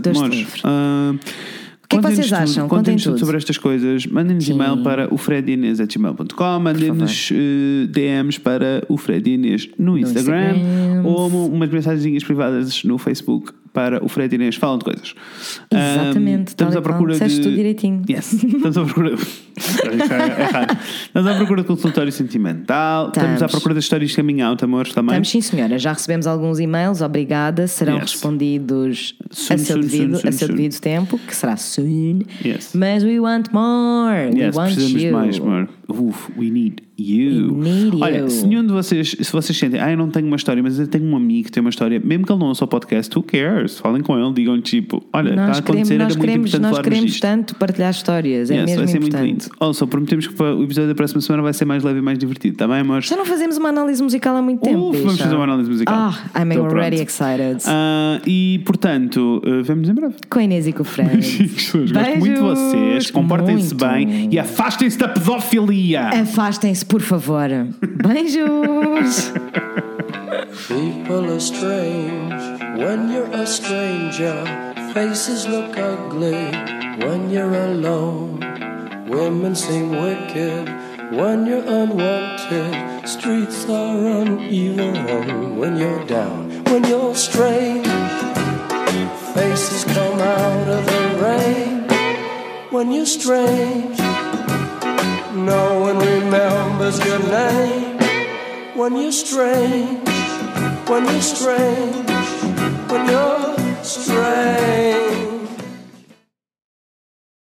O que é que vocês acham? Contem-nos tudo sobre estas coisas. Mandem-nos e-mail para o fredinês@gmail.com. Mandem-nos DMs para o Fred e Inês no Instagram. Ou umas mensagenzinhas privadas no Facebook para o Fred e Inês Falam de Coisas. Exatamente. Estamos à procura de... tudo direitinho. Yes. Estamos à procura... Estamos à procura de consultório sentimental. Estamos à procura das histórias de coming out, amores, também. Estamos, sim, senhora. Já recebemos alguns e-mails. Obrigada. Serão respondidos a seu devido tempo, que será soon. Yes. Mas we want more. Yes, we want precisamos you. mais, more. We need you. Olha, se nenhum de vocês, se vocês sentem, eu não tenho uma história, mas eu tenho um amigo que tem uma história, mesmo que ele não ouça o podcast, who cares? Falem com ele, digam-lhe tipo, olha, está a acontecer, era muito importante nós queremos disto. tanto partilhar histórias, é mesmo vai ser importante. Muito lindo. Also, prometemos que o episódio da próxima semana vai ser mais leve e mais divertido, está bem, amores? Já não fazemos uma análise musical há muito tempo. Vamos fazer uma análise musical. I'm already excited. E portanto, vemos em breve. Com a Inês e com o Fred. Gosto muito de vocês, comportem-se bem e afastem-se da pedofilia. Afastem-se, por favor. Beijos. People are strange when you're a stranger. Faces look ugly when you're alone. Women seem wicked when you're unwanted. Streets are uneven when you're down. When you're strange, faces come out of the rain. When you're strange, no one remembers your name. When you're strange, when you're strange, when you're strange.